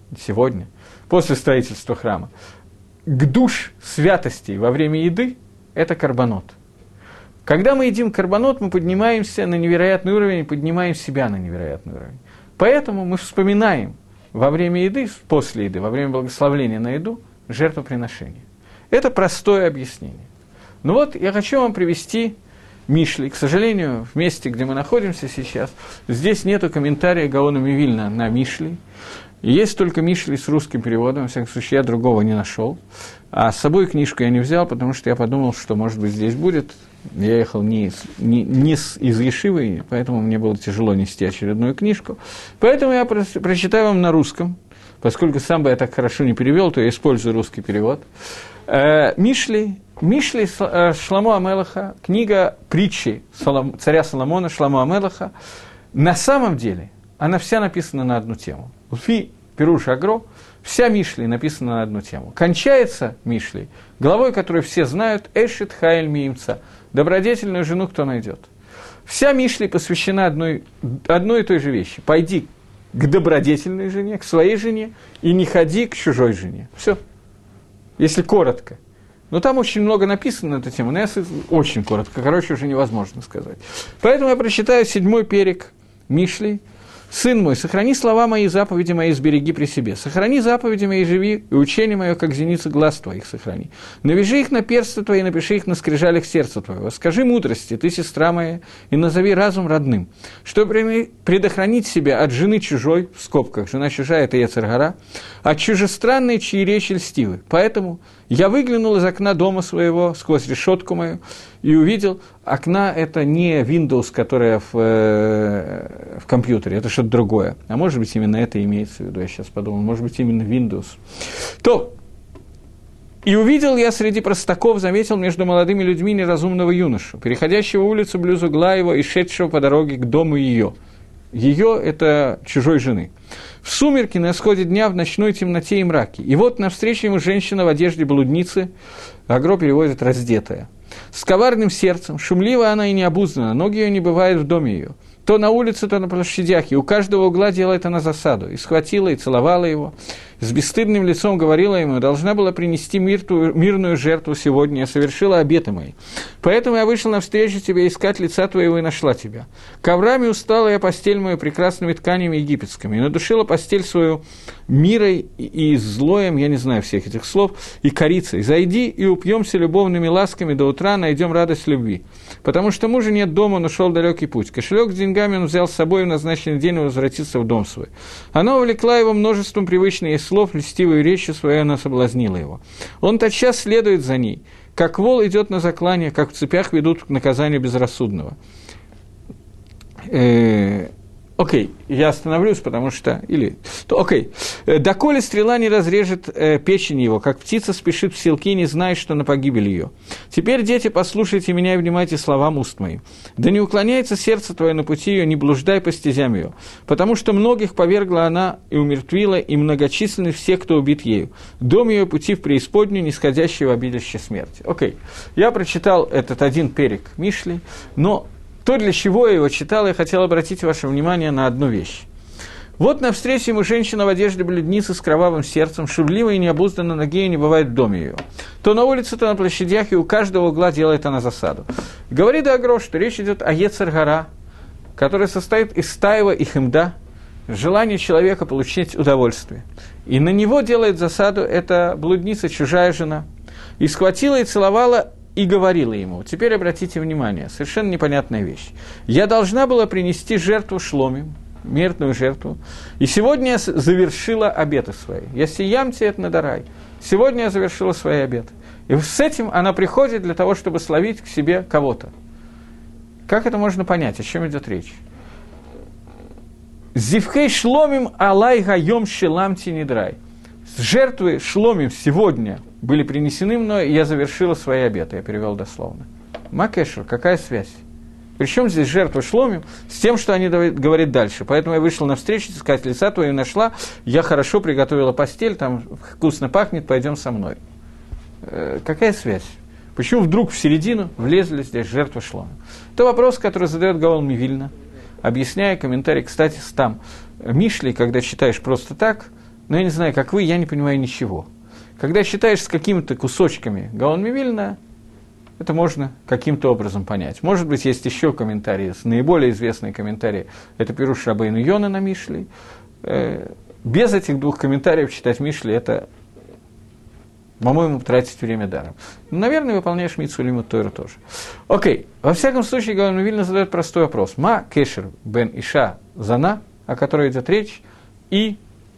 после строительства храма, гдуш святостей во время еды – это карбонот. Когда мы едим карбонот, мы поднимаемся на невероятный уровень, поднимаем себя на невероятный уровень. Поэтому мы вспоминаем во время еды, после еды, во время благословления на еду, жертвоприношение. Это простое объяснение. Но вот я хочу вам привести Мишли. К сожалению, в месте, где мы находимся сейчас, здесь нету комментария Гаона Мивильна на Мишли. Есть только Мишли с русским переводом, во всяком случае, я другого не нашел. А с собой книжку я не взял, потому что я подумал, что, может быть, здесь будет. Я ехал не из Ешивы, поэтому мне было тяжело нести очередную книжку. Поэтому я прочитаю вам на русском. Поскольку сам бы я так хорошо не перевел, то я использую русский перевод. Мишли Шломо Амелаха, книга притчи царя Соломона Шломо Амелаха, на самом деле она вся написана на одну тему. Фи Пируш Агро, вся Мишли написана на одну тему. Кончается Мишли главой, которую все знают, Эшет Хайль Миимца, добродетельную жену кто найдет. Вся Мишли посвящена одной и той же вещи. Пойди к добродетельной жене, к своей жене, и не ходи к чужой жене. Все. Если коротко. Но там очень много написано на эту тему, но я очень коротко, короче, уже невозможно сказать. Поэтому я прочитаю 7-й перек Мишли, «Сын мой, сохрани слова мои, заповеди мои, сбереги при себе. Сохрани заповеди мои, живи, и учение мое, как зеницы глаз твоих сохрани. Навяжи их на персты твои, напиши их на скрижалях сердца твоего. Скажи мудрости, ты сестра моя, и назови разум родным, чтобы предохранить себя от жены чужой, в скобках, жена чужая – это Йецер гара, от чужестранной, чьи речи льстивы. Поэтому я выглянул из окна дома своего, сквозь решетку мою, и увидел, окна – это не Windows, которая в компьютере, это что-то другое. А может быть, именно это имеется в виду, я сейчас подумал, может быть, именно Windows. То, и увидел я среди простаков, заметил между молодыми людьми неразумного юношу, переходящего улицу близ угла его и шедшего по дороге к дому ее. Ее – это чужой жены. В сумерки, на исходе дня, в ночной темноте и мраке. И вот навстречу ему женщина в одежде блудницы, Агро переводит «раздетая». С коварным сердцем, шумлива она и необуздана, ноги ее не бывают в доме ее. То на улице, то на площадях, и у каждого угла делает она засаду. И схватила, и целовала его. С бесстыдным лицом говорила ему: должна была принести мирную жертву сегодня, я совершила обеты мои. Поэтому я вышла навстречу тебе искать лица твоего и нашла тебя. Коврами устала я постель мою прекрасными тканями египетскими, и надушила постель свою мирой и злоем, я не знаю всех этих слов, и корицей. Зайди и упьемся любовными ласками до утра, найдем радость любви. Потому что мужа нет дома, он ушел далекий путь. Кошелек с деньгами он взял с собой, и в назначенный день он возвратится в дом свой. Она увлекла его множеством привычных слов, льстивой речью своей она соблазнила его. Он тотчас следует за ней, как вол идет на заклание, как в цепях ведут к наказанию безрассудного. Окей, я остановлюсь, потому что... Окей. «Доколе стрела не разрежет печень его, как птица спешит в селки, не зная, что на погибель ее. Теперь, дети, послушайте меня и внимайте словам уст моим. Да не уклоняется сердце твое на пути ее, не блуждай по стезям ее, потому что многих повергла она и умертвила, и многочисленны все, кто убит ею. Дом ее пути в преисподнюю, нисходящий в обидище смерти». Окей, я прочитал этот один перек Мишли, но... То, для чего я его читал, я хотел обратить ваше внимание на одну вещь. Вот навстречу ему женщина в одежде блудницы с кровавым сердцем, шумливая и необузданно ноги не бывает в доме ее. То на улице, то на площадях, и у каждого угла делает она засаду. Говорит Агро, что речь идет о Йецер гара, который состоит из таева и хемда, желание человека получить удовольствие. И на него делает засаду эта блудница, чужая жена. И схватила и целовала, и говорила ему, теперь обратите внимание, совершенно непонятная вещь. Я должна была принести жертву шломим, мирную жертву, и сегодня я завершила обеты свои. Я сиям тет надарай. Сегодня я завершила свои обеты. И с этим она приходит для того, чтобы словить к себе кого-то. Как это можно понять? О чем идет речь? Зивхей шломим алай гайом шеламти нидрай. Жертвы шломим сегодня были принесены мной, и я завершила свои обеты. Я перевел дословно. Макешер, какая связь? Причем здесь жертва шломим с тем, что они говорят дальше. Поэтому я вышла навстречу, искать лица твои нашла, я хорошо приготовила постель, там вкусно пахнет, пойдем со мной. Какая связь? Почему вдруг в середину влезли здесь жертва шломим? Это вопрос, который задает Гаон Мивильна, объясняя комментарий, кстати, там Мишли, когда читаешь просто так, но я не знаю, как вы, я не понимаю ничего. Когда считаешь с какими-то кусочками Гаон Мивильна, это можно каким-то образом понять. Может быть, есть еще комментарии, наиболее известные комментарии. Это Пируш Рабейну Йона на Мишли. Без этих двух комментариев читать Мишли – это, по-моему, тратить время даром. Наверное, выполняешь мицву лимуд Тойра тоже. Окей. Во всяком случае, Гаон Мивильна задает простой вопрос. Ма кешер бен иша зана, о которой идет речь, и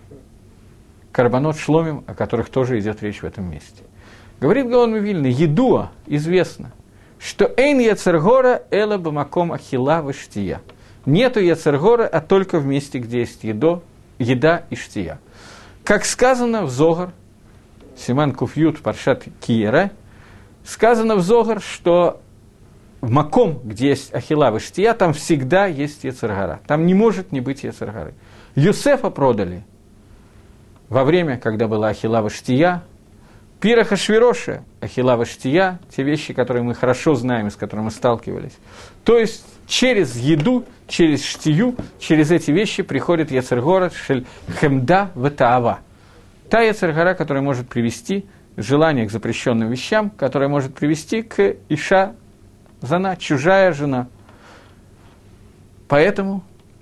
карбонот шломим, о которых тоже идет речь в этом месте. Говорит Гаон Мивильна, едуа, известно, что эйн яцергора эла бамаком ахила вештия. Нету яцергора, а только в месте, где есть еда и штия. Как сказано в Зогар, Симан Куфьют Паршат Киера, сказано в Зогар, что в маком, где есть ахила вештия, там всегда есть яцергора. Там не может не быть яцергоры. Юсефа продали во время, когда была ахила вештия, Пира Хашвироша, ахила вештия, те вещи, которые мы хорошо знаем, с которыми мы сталкивались. То есть через еду, через штию, через эти вещи приходит яцергора шель хемда ветаава. Та яцергора, которая может привести желание к запрещенным вещам, которая может привести к иша зана, чужая жена. Поэтому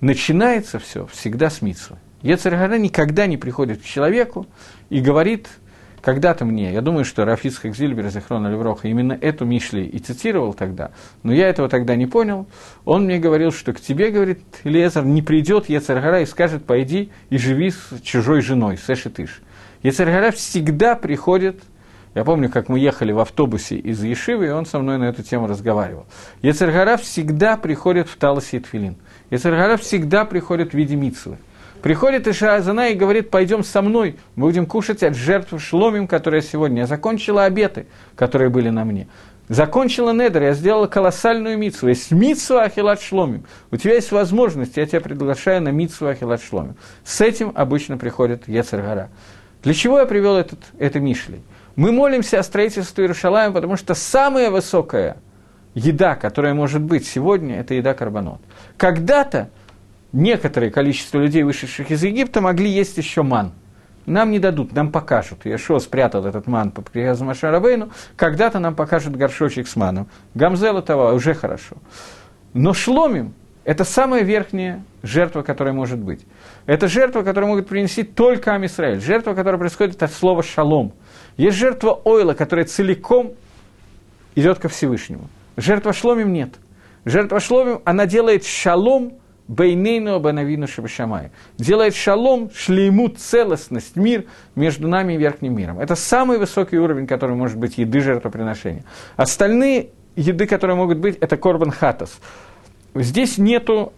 начинается все всегда с мицвы. Йецер гара никогда не приходит к человеку и говорит, когда-то мне, я думаю, что Рав Ицхак Зильбер, Зихрон Левроха, именно эту Мишли и цитировал тогда, но я этого тогда не понял. Он мне говорил, что к тебе, говорит, Элиэзер, не придет Йецер гара и скажет, пойди и живи с чужой женой, с Эшет-Иш. Йецер гара всегда приходит. Я помню, как мы ехали в автобусе из Ешивы, и он со мной на эту тему разговаривал. Йецер гара всегда приходит в Таласе и Тфилин. Йецер гара всегда приходит в виде мицвы. Приходит Иша Азана и говорит, пойдем со мной, мы будем кушать от жертв шломим, которые сегодня. Я закончила обеты, которые были на мне. Закончила недер, я сделала колоссальную мицву. Есть мицва ахилат шломим. У тебя есть возможность, я тебя приглашаю на мицву ахилат шломим. С этим обычно приходит Йецер гара. Для чего я привел это Мишли? Мы молимся о строительстве Иерушалаима, потому что самая высокая еда, которая может быть сегодня, это еда карбонот. Когда-то некоторое количество людей, вышедших из Египта, могли есть еще ман. Нам не дадут, нам покажут. Иешуа спрятал этот ман по приказу Моше Рабейну, когда-то нам покажут горшочек с маном. Гамзела того уже хорошо. Но шломим – это самая верхняя жертва, которая может быть. Это жертва, которую могут принести только Ам Исраэль. Жертва, которая происходит от слова «шалом». Есть жертва ойла, которая целиком идет ко Всевышнему. Жертва шломим нет. Жертва шломим, она делает шалом бейнейну абанавину шабашамай. Делает шалом, шлеймут, целостность, мир между нами и верхним миром. Это самый высокий уровень, который может быть еды жертвоприношения. Остальные еды, которые могут быть, это корбан хатас. Здесь нету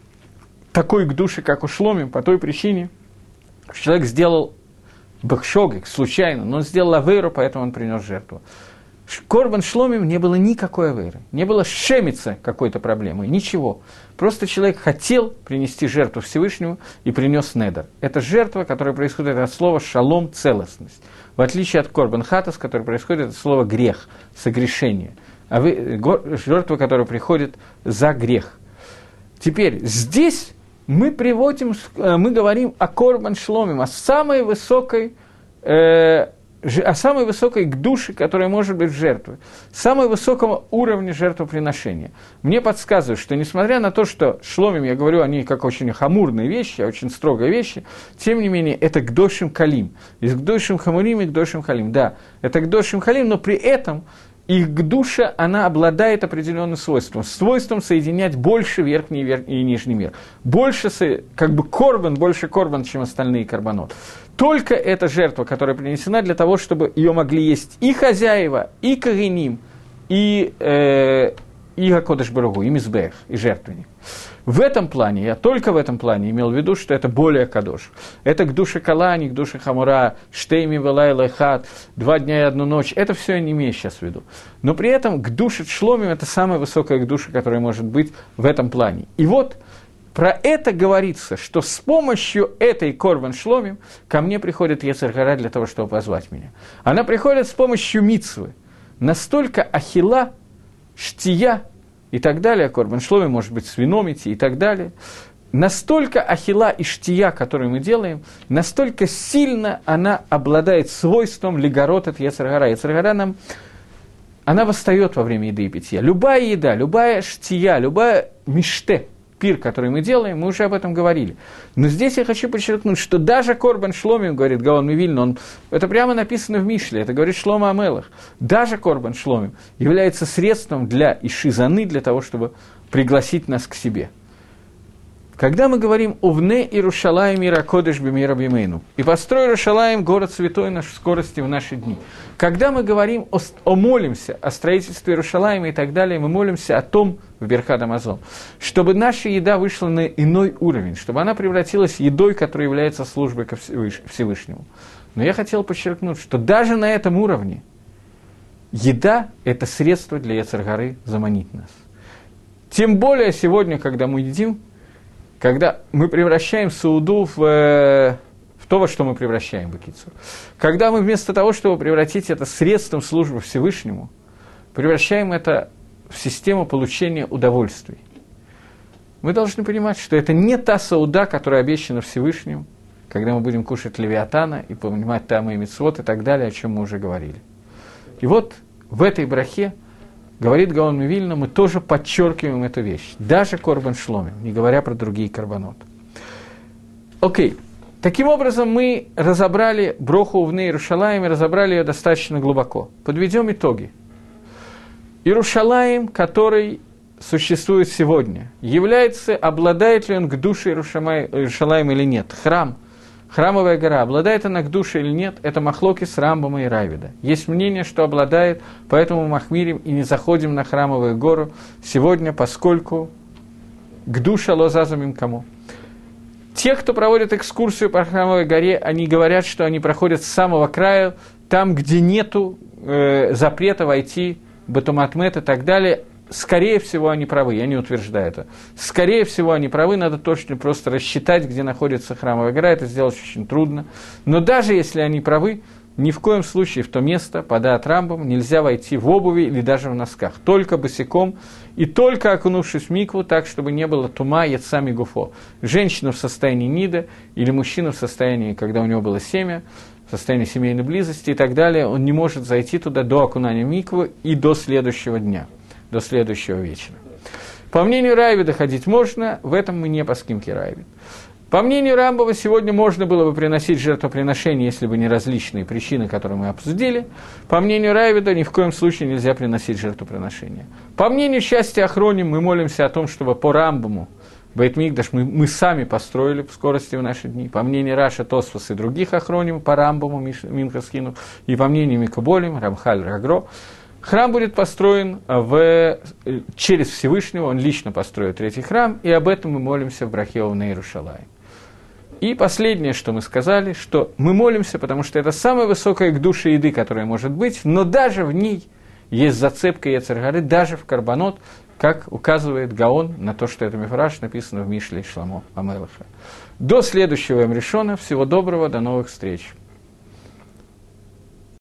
такой гдуши, как у шломим, по той причине, что человек сделал бахшогик, случайно, но он сделал авейру, поэтому он принес жертву. Корбан шломим не было никакой авейры, не было шемица какой-то проблемы, ничего. Просто человек хотел принести жертву Всевышнему и принес недер. Это жертва, которая происходит от слова шалом, целостность. В отличие от корбан хатас, который происходит от слова грех, согрешение. Жертва, которая приходит за грех. Теперь здесь мы говорим о корбан шломим, о самой высокой гдуше, которая может быть в жертве, самого высокого уровня жертвоприношения. Мне подсказывают, что несмотря на то, что шломим, я говорю, они как очень хамурные вещи, очень строгие вещи, тем не менее, это гдошим калим. Из гдошим хамурим и гдошим халим. Да, это гдошим халим, но при этом их гдуша, она обладает определенным свойством соединять больше верхний и нижний мир. Больше, как бы больше корбан, чем остальные карбонот. Только эта жертва, которая принесена для того, чтобы ее могли есть и хозяева, и кагеним, и Гакодеш Баругу, и Мизбех, и жертвенник. В этом плане, я только в этом плане имел в виду, что это более кадош. Это гдуша калани, гдуша хамура, штейми велай лайхат, 2 дня и 1 ночь. Это все я не имею сейчас в виду. Но при этом гдуша шломим – это самая высокая гдуша, которая может быть в этом плане. И вот про это говорится, что с помощью этой корбан шломим ко мне приходит Йецер гара для того, чтобы позвать меня. Она приходит с помощью мицвы. Настолько ахила, штия и так далее, корбан шломим может быть с вином идти и так далее. Настолько ахила и штия, которую мы делаем, настолько сильно она обладает свойством легорот от Йецер гара. Йецер гара она восстает во время еды и питья. Любая еда, любая штия, любая миште, пир, который мы делаем, мы уже об этом говорили. Но здесь я хочу подчеркнуть, что даже корбан шломим, говорит Гаон Мивильна, это прямо написано в Мишле, это говорит Шломо Амелах, даже корбан шломим является средством для ишизаны, для того, чтобы пригласить нас к себе. Когда мы говорим «Увне Иерушалаим Ира Кодеш Бемира Бимейну» и «Построй Иерушалаим, город святой наш в скорости в наши дни», когда мы говорим молимся о строительстве Иерушалаима и так далее, мы молимся о том, в Берхат Амазон, чтобы наша еда вышла на иной уровень, чтобы она превратилась едой, которая является службой ко Всевышнему. Но я хотел подчеркнуть, что даже на этом уровне еда – это средство для Йецер гары заманить нас. Тем более сегодня, когда мы едим, когда мы превращаем сауду в то, во что мы превращаем бакицу. Когда мы вместо того, чтобы превратить это средством службы Всевышнему, превращаем это в систему получения удовольствий. Мы должны понимать, что это не та сауда, которая обещана Всевышним, когда мы будем кушать левиатана и понимать тамы и мицвот и так далее, о чем мы уже говорили. И вот в этой брахе говорит Гаон Мивильна, мы тоже подчеркиваем эту вещь. Даже корбан шломим, не говоря про другие корбаноты. Окей. Таким образом, мы разобрали броху в Иерушалаим и разобрали ее достаточно глубоко. Подведем итоги. Иерушалаим, который существует сегодня, обладает ли он к душе Иерушалаим или нет? Храмовая гора, обладает она к душе или нет? Это махлокис Рамбама и Райвида. Есть мнение, что обладает, поэтому мы махмирим и не заходим на храмовую гору сегодня, поскольку к душе лозазамим кому. Те, кто проводит экскурсию по Храмовой горе, они говорят, что они проходят с самого края, там, где нету запрета войти, Батуматмет и так далее. Скорее всего, они правы, я не утверждаю это. Скорее всего, они правы, надо точно просто рассчитать, где находится Храмовая гора, это сделать очень трудно. Но даже если они правы, ни в коем случае в то место, подат Рамбам, нельзя войти в обуви или даже в носках. Только босиком и только окунувшись в микву, так, чтобы не было тума, яцами гуфо. Женщина в состоянии нида или мужчина в состоянии, когда у него было семя, в состоянии семейной близости и так далее, он не может зайти туда до окунания в микву и до следующего дня, до следующего вечера. По мнению Райвида ходить можно, в этом мы не паскимки Райвид. По мнению Рамбова, сегодня можно было бы приносить жертвоприношение, если бы не различные причины, которые мы обсудили. По мнению Райвида, ни в коем случае нельзя приносить жертвоприношение. По мнению части Ахроним, мы молимся о том, чтобы по Рамбаму Бейт-Микдаш мы сами построили в скорости в наши дни. По мнению Раша, Тосфос и других Ахроним, по Рамбаму, Минхаскину, и по мнению Микаболим, Рамхаль, Рагро, храм будет построен через Всевышнего, он лично построит третий храм, и об этом мы молимся в брахе на Иерушалаим. И последнее, что мы сказали, что мы молимся, потому что это самая высокая к душе еды, которая может быть, но даже в ней есть зацепка Йецер гары, даже в карбонот, как указывает Гаон на то, что это мифраш, написано в Мишле Шламо Амелаха. До следующего Эмришона. Всего доброго, до новых встреч.